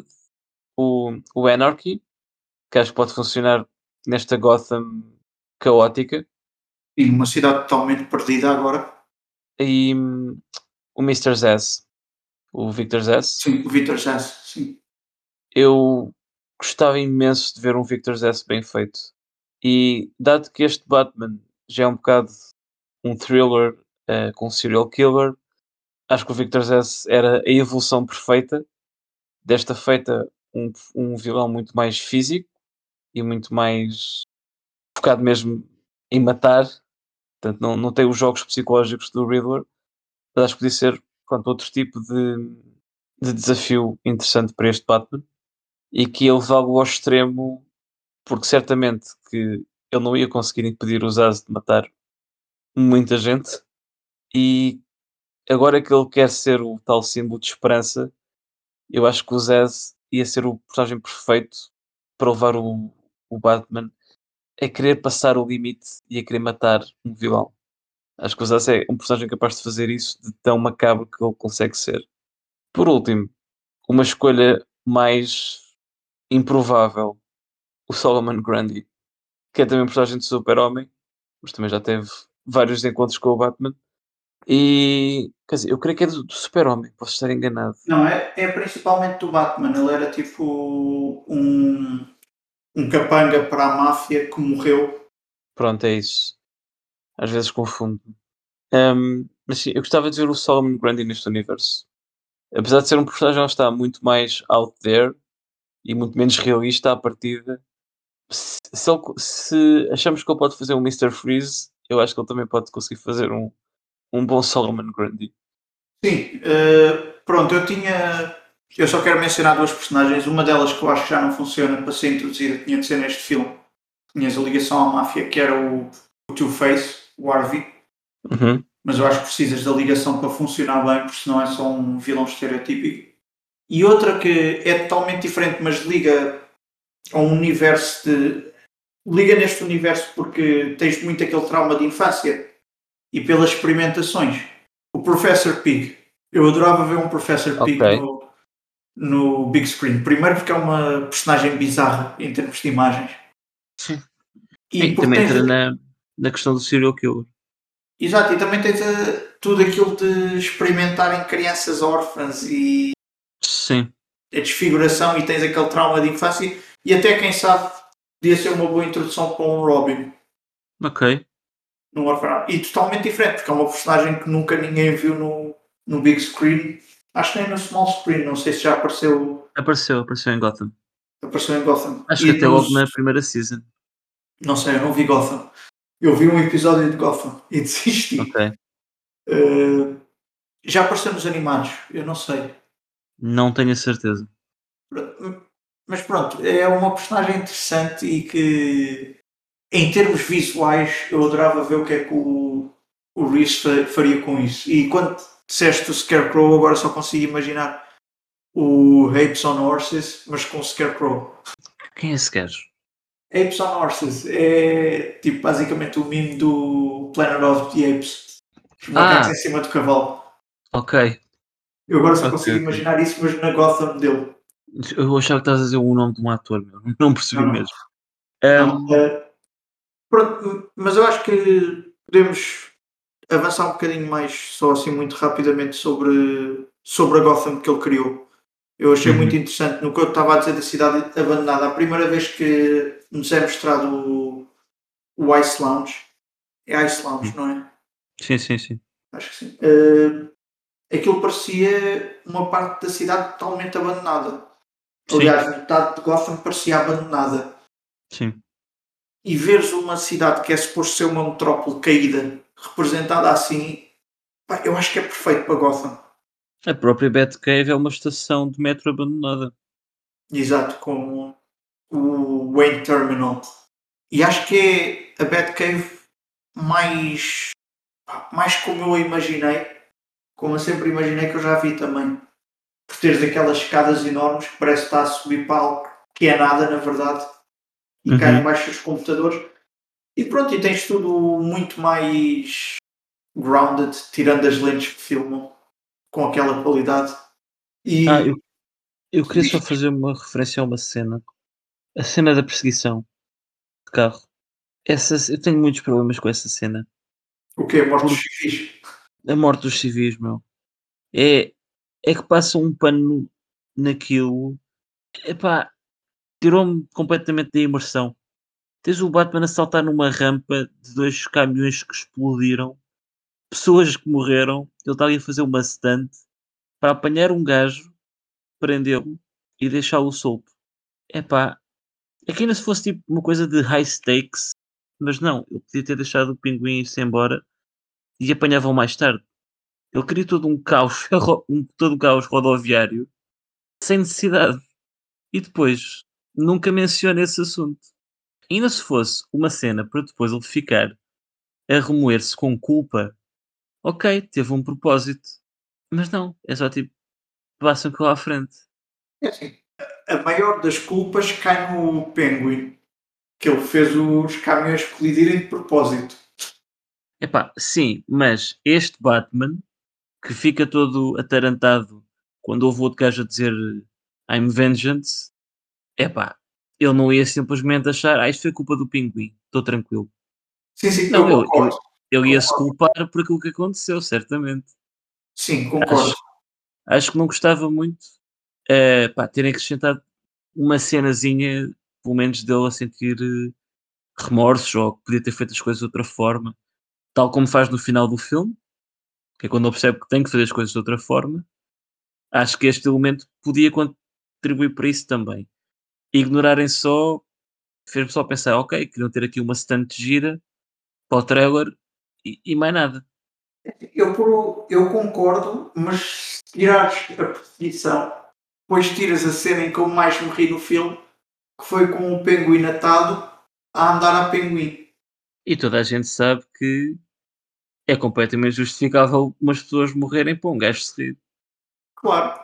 [SPEAKER 2] o Anarchy, que acho que pode funcionar nesta Gotham caótica,
[SPEAKER 1] E numa cidade totalmente perdida agora.
[SPEAKER 2] e o Mr. Zsasz, o Victor Zsasz.
[SPEAKER 1] Sim, o Victor Jazz, sim.
[SPEAKER 2] Eu gostava imenso de ver um Victor Zsasz bem feito. E dado que este Batman já é um bocado um thriller com um serial killer, acho que o Victor Zsasz era a evolução perfeita. Desta feita, um vilão muito mais físico e muito mais focado mesmo em matar. Portanto, não tem os jogos psicológicos do Riddler. Mas acho que podia ser, pronto, outro tipo de desafio interessante para este Batman. E que ia levá-lo ao extremo, porque certamente que ele não ia conseguir impedir o Zaz de matar muita gente. E agora que ele quer ser o tal símbolo de esperança, eu acho que o Zaz ia ser o personagem perfeito para levar o Batman a querer passar o limite e a querer matar um vilão. Acho que o Zaz é um personagem capaz de fazer isso de tão macabro que ele consegue ser. Por último, uma escolha mais improvável, o Solomon Grundy, que é também um personagem de super-homem, mas também já teve vários encontros com o Batman. E, quer dizer, eu creio que é do super-homem, posso estar enganado.
[SPEAKER 1] Não, é principalmente do Batman. Ele era tipo um capanga para a máfia que morreu.
[SPEAKER 2] Pronto, é isso. Às vezes confundo. Mas sim, eu gostava de ver o Solomon Grundy neste universo. Apesar de ser um personagem, lá está, muito mais out there e muito menos realista à partida. Se achamos que ele pode fazer um Mr. Freeze, eu acho que ele também pode conseguir fazer um bom Solomon Grundy.
[SPEAKER 1] Sim, pronto, eu só quero mencionar duas personagens. Uma delas que eu acho que já não funciona para ser introduzida, tinha de ser neste filme. Tinhas a ligação à máfia, que era o Two-Face, o Harvey.
[SPEAKER 2] Uhum.
[SPEAKER 1] Mas eu acho que precisas da ligação para funcionar bem, porque senão é só um vilão estereotípico. E outra que é totalmente diferente, mas liga a um universo de. Liga neste universo porque tens muito aquele trauma de infância e pelas experimentações. O Professor Pig. Eu adorava ver um Professor
[SPEAKER 2] Ok.
[SPEAKER 1] Pig no big screen. Primeiro porque é uma personagem bizarra em termos de imagens.
[SPEAKER 2] Sim.
[SPEAKER 1] E
[SPEAKER 2] E
[SPEAKER 1] porque
[SPEAKER 2] também
[SPEAKER 1] tens.
[SPEAKER 2] entra na questão do serial killer.
[SPEAKER 1] Exato, e também tens tudo aquilo de experimentar em crianças órfãs e
[SPEAKER 2] Sim,
[SPEAKER 1] a desfiguração e tens aquele trauma de infância e até quem sabe podia ser uma boa introdução para um Robin
[SPEAKER 2] ok.
[SPEAKER 1] num orfanato. E totalmente diferente, porque é uma personagem que nunca ninguém viu no big screen. Acho que nem no small screen, não sei se já
[SPEAKER 2] Apareceu em Gotham.
[SPEAKER 1] apareceu em Gotham.
[SPEAKER 2] Acho que
[SPEAKER 1] E
[SPEAKER 2] até logo na primeira season.
[SPEAKER 1] não sei, eu não vi Gotham. Eu vi um episódio de Gotham e desisti.
[SPEAKER 2] Ok.
[SPEAKER 1] Uh, já apareceu nos animados, eu não sei.
[SPEAKER 2] Não tenho a certeza.
[SPEAKER 1] Mas pronto, é uma personagem interessante e que em termos visuais eu adorava ver o que é que o Reese faria com isso. E quando disseste o Scarecrow, agora só consigo imaginar o Apes on Horses, mas com o Scarecrow.
[SPEAKER 2] Quem é esse gajo?
[SPEAKER 1] Apes on Horses é tipo basicamente o meme do Planet of the Apes. Os macacos
[SPEAKER 2] Ah,
[SPEAKER 1] em cima do cavalo.
[SPEAKER 2] ok.
[SPEAKER 1] Eu agora só
[SPEAKER 2] Ok,
[SPEAKER 1] consigo
[SPEAKER 2] ok.
[SPEAKER 1] imaginar isso, mas na Gotham dele.
[SPEAKER 2] Eu achava que estavas a dizer o nome de um ator, meu. Não percebi
[SPEAKER 1] Não, não.
[SPEAKER 2] mesmo.
[SPEAKER 1] Não,
[SPEAKER 2] Ahm,
[SPEAKER 1] pronto, mas eu acho que podemos avançar um bocadinho mais, só assim muito rapidamente, sobre a Gotham que ele criou. Eu achei muito
[SPEAKER 2] uhum,
[SPEAKER 1] interessante no que eu estava a dizer da cidade abandonada. A primeira vez que nos é mostrado o Ice Lounge, é Ice Lounge,
[SPEAKER 2] uhum.
[SPEAKER 1] não é?
[SPEAKER 2] Sim, sim, sim.
[SPEAKER 1] Acho que sim. Aquilo parecia uma parte da cidade totalmente abandonada.
[SPEAKER 2] Sim,
[SPEAKER 1] Aliás, metade de Gotham parecia abandonada.
[SPEAKER 2] sim.
[SPEAKER 1] E veres uma cidade que é suposto ser uma metrópole caída, representada assim, pá, eu acho que é perfeito para Gotham.
[SPEAKER 2] A própria Batcave é uma estação de metro abandonada.
[SPEAKER 1] Exato, com o Wayne Terminal. E acho que é a Batcave mais, mais como eu imaginei, como eu sempre imaginei que eu já vi também. Por teres aquelas escadas enormes que parece que está a subir para algo que é nada, na verdade, e cai
[SPEAKER 2] Uhum.
[SPEAKER 1] embaixo dos computadores. E pronto, e tens tudo muito mais grounded, tirando as lentes que filmam com aquela qualidade.
[SPEAKER 2] Ah,
[SPEAKER 1] E
[SPEAKER 2] eu queria só fazer uma referência a uma cena. A cena da perseguição de carro. Eu tenho muitos problemas com essa cena.
[SPEAKER 1] o que é mortos
[SPEAKER 2] Porque
[SPEAKER 1] civis?
[SPEAKER 2] a morte dos civis, meu, é, é que passa um pano naquilo. Epá, tirou-me completamente da imersão. Tens o Batman a saltar numa rampa de 2 caminhões que explodiram, pessoas que morreram, ele está ali a fazer uma stunt para apanhar um gajo, prendê-lo e deixá-lo solto. Epá, é que ainda se fosse tipo uma coisa de high stakes, mas não, ele podia ter deixado o pinguim ir-se embora e apanhavam mais tarde. Ele cria todo um caos, todo um caos rodoviário sem necessidade. E depois nunca menciona esse assunto. Ainda se fosse uma cena para depois ele ficar a remoer-se com culpa, ok, teve um propósito. Mas não, é só tipo, passam com lá à frente.
[SPEAKER 1] É assim, a maior das culpas cai no Penguin, que ele fez os caminhões colidirem de propósito.
[SPEAKER 2] Epá, sim, mas este Batman, que fica todo atarantado quando houve outro gajo a dizer I'm vengeance, epá, ele não ia simplesmente achar, isto foi culpa do pinguim, estou tranquilo.
[SPEAKER 1] Sim, sim, eu
[SPEAKER 2] Não,
[SPEAKER 1] concordo.
[SPEAKER 2] ele ia se
[SPEAKER 1] Concordo.
[SPEAKER 2] culpar por aquilo que aconteceu, certamente.
[SPEAKER 1] Sim, concordo.
[SPEAKER 2] Acho, acho que não gostava muito, pá, terem acrescentado uma cenazinha, pelo menos dele a sentir remorsos ou que podia ter feito as coisas de outra forma, tal como faz no final do filme, que é quando ele percebe que tem que fazer as coisas de outra forma. Acho que este elemento podia contribuir para isso também. Ignorarem só, fez-me só pensar, ok, queriam ter aqui uma stunt gira para o trailer e mais nada.
[SPEAKER 1] Eu concordo, mas se tirares a perseguição, depois tiras a cena em que eu mais morri no filme, que foi com o Penguin atado a andar a Penguin.
[SPEAKER 2] E toda a gente sabe que é completamente justificável umas pessoas morrerem para um gajo se rir.
[SPEAKER 1] Claro,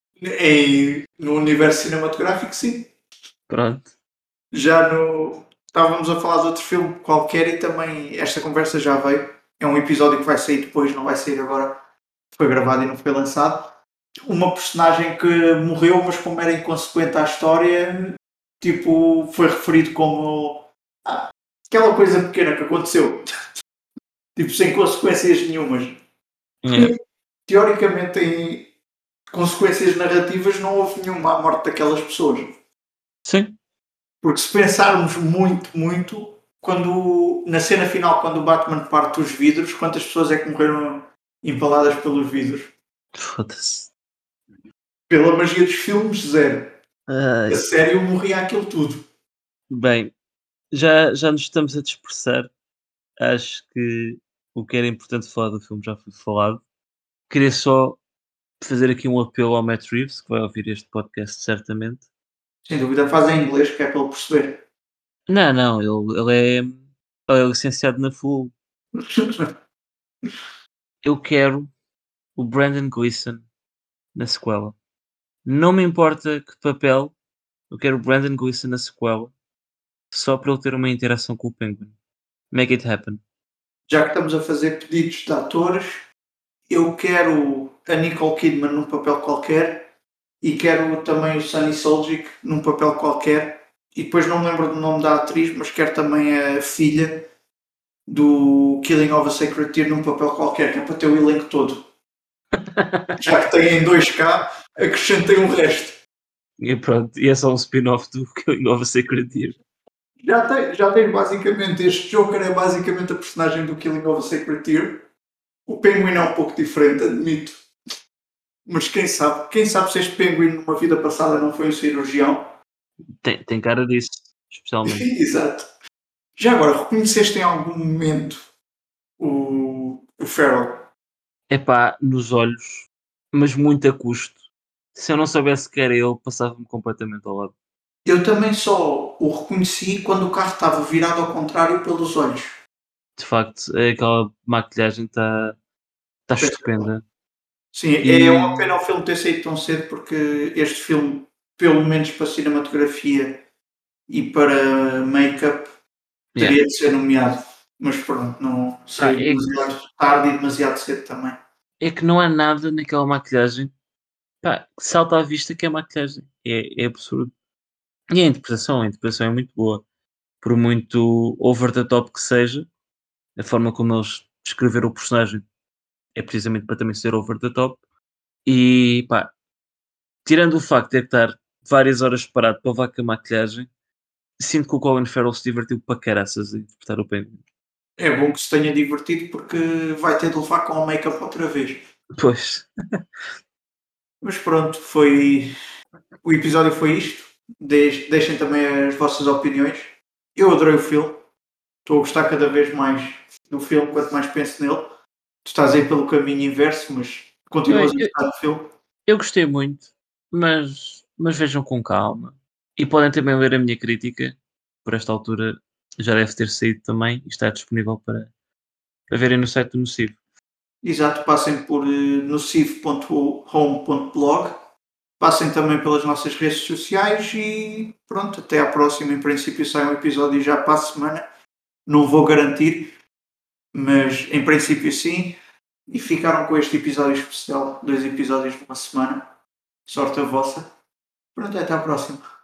[SPEAKER 1] no universo cinematográfico, sim.
[SPEAKER 2] Pronto.
[SPEAKER 1] Já no. Estávamos a falar de outro filme qualquer e também esta conversa já veio. É um episódio que vai sair depois, não vai sair agora. Foi gravado e não foi lançado. Uma personagem que morreu, mas como era inconsequente à história, tipo, foi referido como aquela coisa pequena que aconteceu, tipo, sem consequências nenhumas.
[SPEAKER 2] É.
[SPEAKER 1] Porque, teoricamente, em consequências narrativas, não houve nenhuma à morte daquelas pessoas.
[SPEAKER 2] Sim.
[SPEAKER 1] Porque se pensarmos muito, muito, quando na cena final, quando o Batman parte os vidros, quantas pessoas é que morreram empaladas pelos vidros?
[SPEAKER 2] Foda-se.
[SPEAKER 1] Pela magia dos filmes, zero. A
[SPEAKER 2] Ai.
[SPEAKER 1] sério, morria aquilo tudo.
[SPEAKER 2] Bem, já nos estamos a dispersar. Acho que o que era importante falar do filme já foi falado. Queria só fazer aqui um apelo ao Matt Reeves, que vai ouvir este podcast certamente.
[SPEAKER 1] Sem dúvida, faz em inglês, que é para ele perceber.
[SPEAKER 2] Não, não, ele é licenciado na Full. Eu quero o Brandon Gleeson na sequela. Não me importa que papel, eu quero o Brandon Gleeson na sequela, só para ele ter uma interação com o Penguin. Make it happen.
[SPEAKER 1] Já que estamos a fazer pedidos de atores, eu quero a Nicole Kidman num papel qualquer e quero também o Sunny Suljic num papel qualquer e depois não me lembro do nome da atriz, mas quer também a filha do Killing of a Sacred Deer num papel qualquer, que é para ter o elenco todo. Já que tem em 2K, acrescentem o resto.
[SPEAKER 2] E pronto, e é só um spin-off do Killing of a Sacred Deer.
[SPEAKER 1] Já tem basicamente, este Joker é basicamente a personagem do Killing of a Sacred Deer. O Penguin é um pouco diferente, admito. Mas quem sabe se este Penguin numa vida passada não foi um cirurgião.
[SPEAKER 2] Tem cara disso, especialmente.
[SPEAKER 1] Exato. Já agora, reconheceste em algum momento o Farrell?
[SPEAKER 2] Epá, nos olhos, mas muito a custo. Se eu não soubesse que era ele, passava-me completamente ao lado.
[SPEAKER 1] Eu também só o reconheci quando o carro estava virado ao contrário pelos olhos.
[SPEAKER 2] De facto, aquela maquilhagem está estupenda.
[SPEAKER 1] Sim, é uma
[SPEAKER 2] E
[SPEAKER 1] pena o filme ter saído tão cedo porque este filme, pelo menos para cinematografia e para make-up,
[SPEAKER 2] yeah.
[SPEAKER 1] teria de ser nomeado. Mas pronto, não saiu
[SPEAKER 2] É,
[SPEAKER 1] demasiado tarde e demasiado cedo também.
[SPEAKER 2] é que não há nada naquela maquilhagem, pá, que salta à vista que é maquilhagem. É absurdo. E a interpretação é muito boa. Por muito over the top que seja, a forma como eles escreveram o personagem é precisamente para também ser over the top. E pá, tirando o facto de ter que estar várias horas parado para levar com a maquilhagem, sinto que o Colin Farrell se divertiu para caraças a interpretar o Penguin.
[SPEAKER 1] É bom que se tenha divertido porque vai ter de levar com o make-up outra vez.
[SPEAKER 2] Pois,
[SPEAKER 1] Mas pronto, o episódio foi isto. Deixem também as vossas opiniões. Eu adorei o filme. Estou a gostar cada vez mais do filme, quanto mais penso nele. Tu estás aí pelo caminho inverso, mas continuas a
[SPEAKER 2] eu,
[SPEAKER 1] gostar do filme.
[SPEAKER 2] eu gostei muito, mas vejam com calma. E podem também ler a minha crítica. Por esta altura já deve ter saído também e está disponível para verem no site do Nocivo.
[SPEAKER 1] Exato, passem por nocivo.home.blog. Passem também pelas nossas redes sociais e pronto, até à próxima. Em princípio sai um episódio já para a semana. Não vou garantir, mas em princípio sim. E ficaram com este episódio especial, 2 episódios numa semana. Sorte a vossa. Pronto, até à próxima.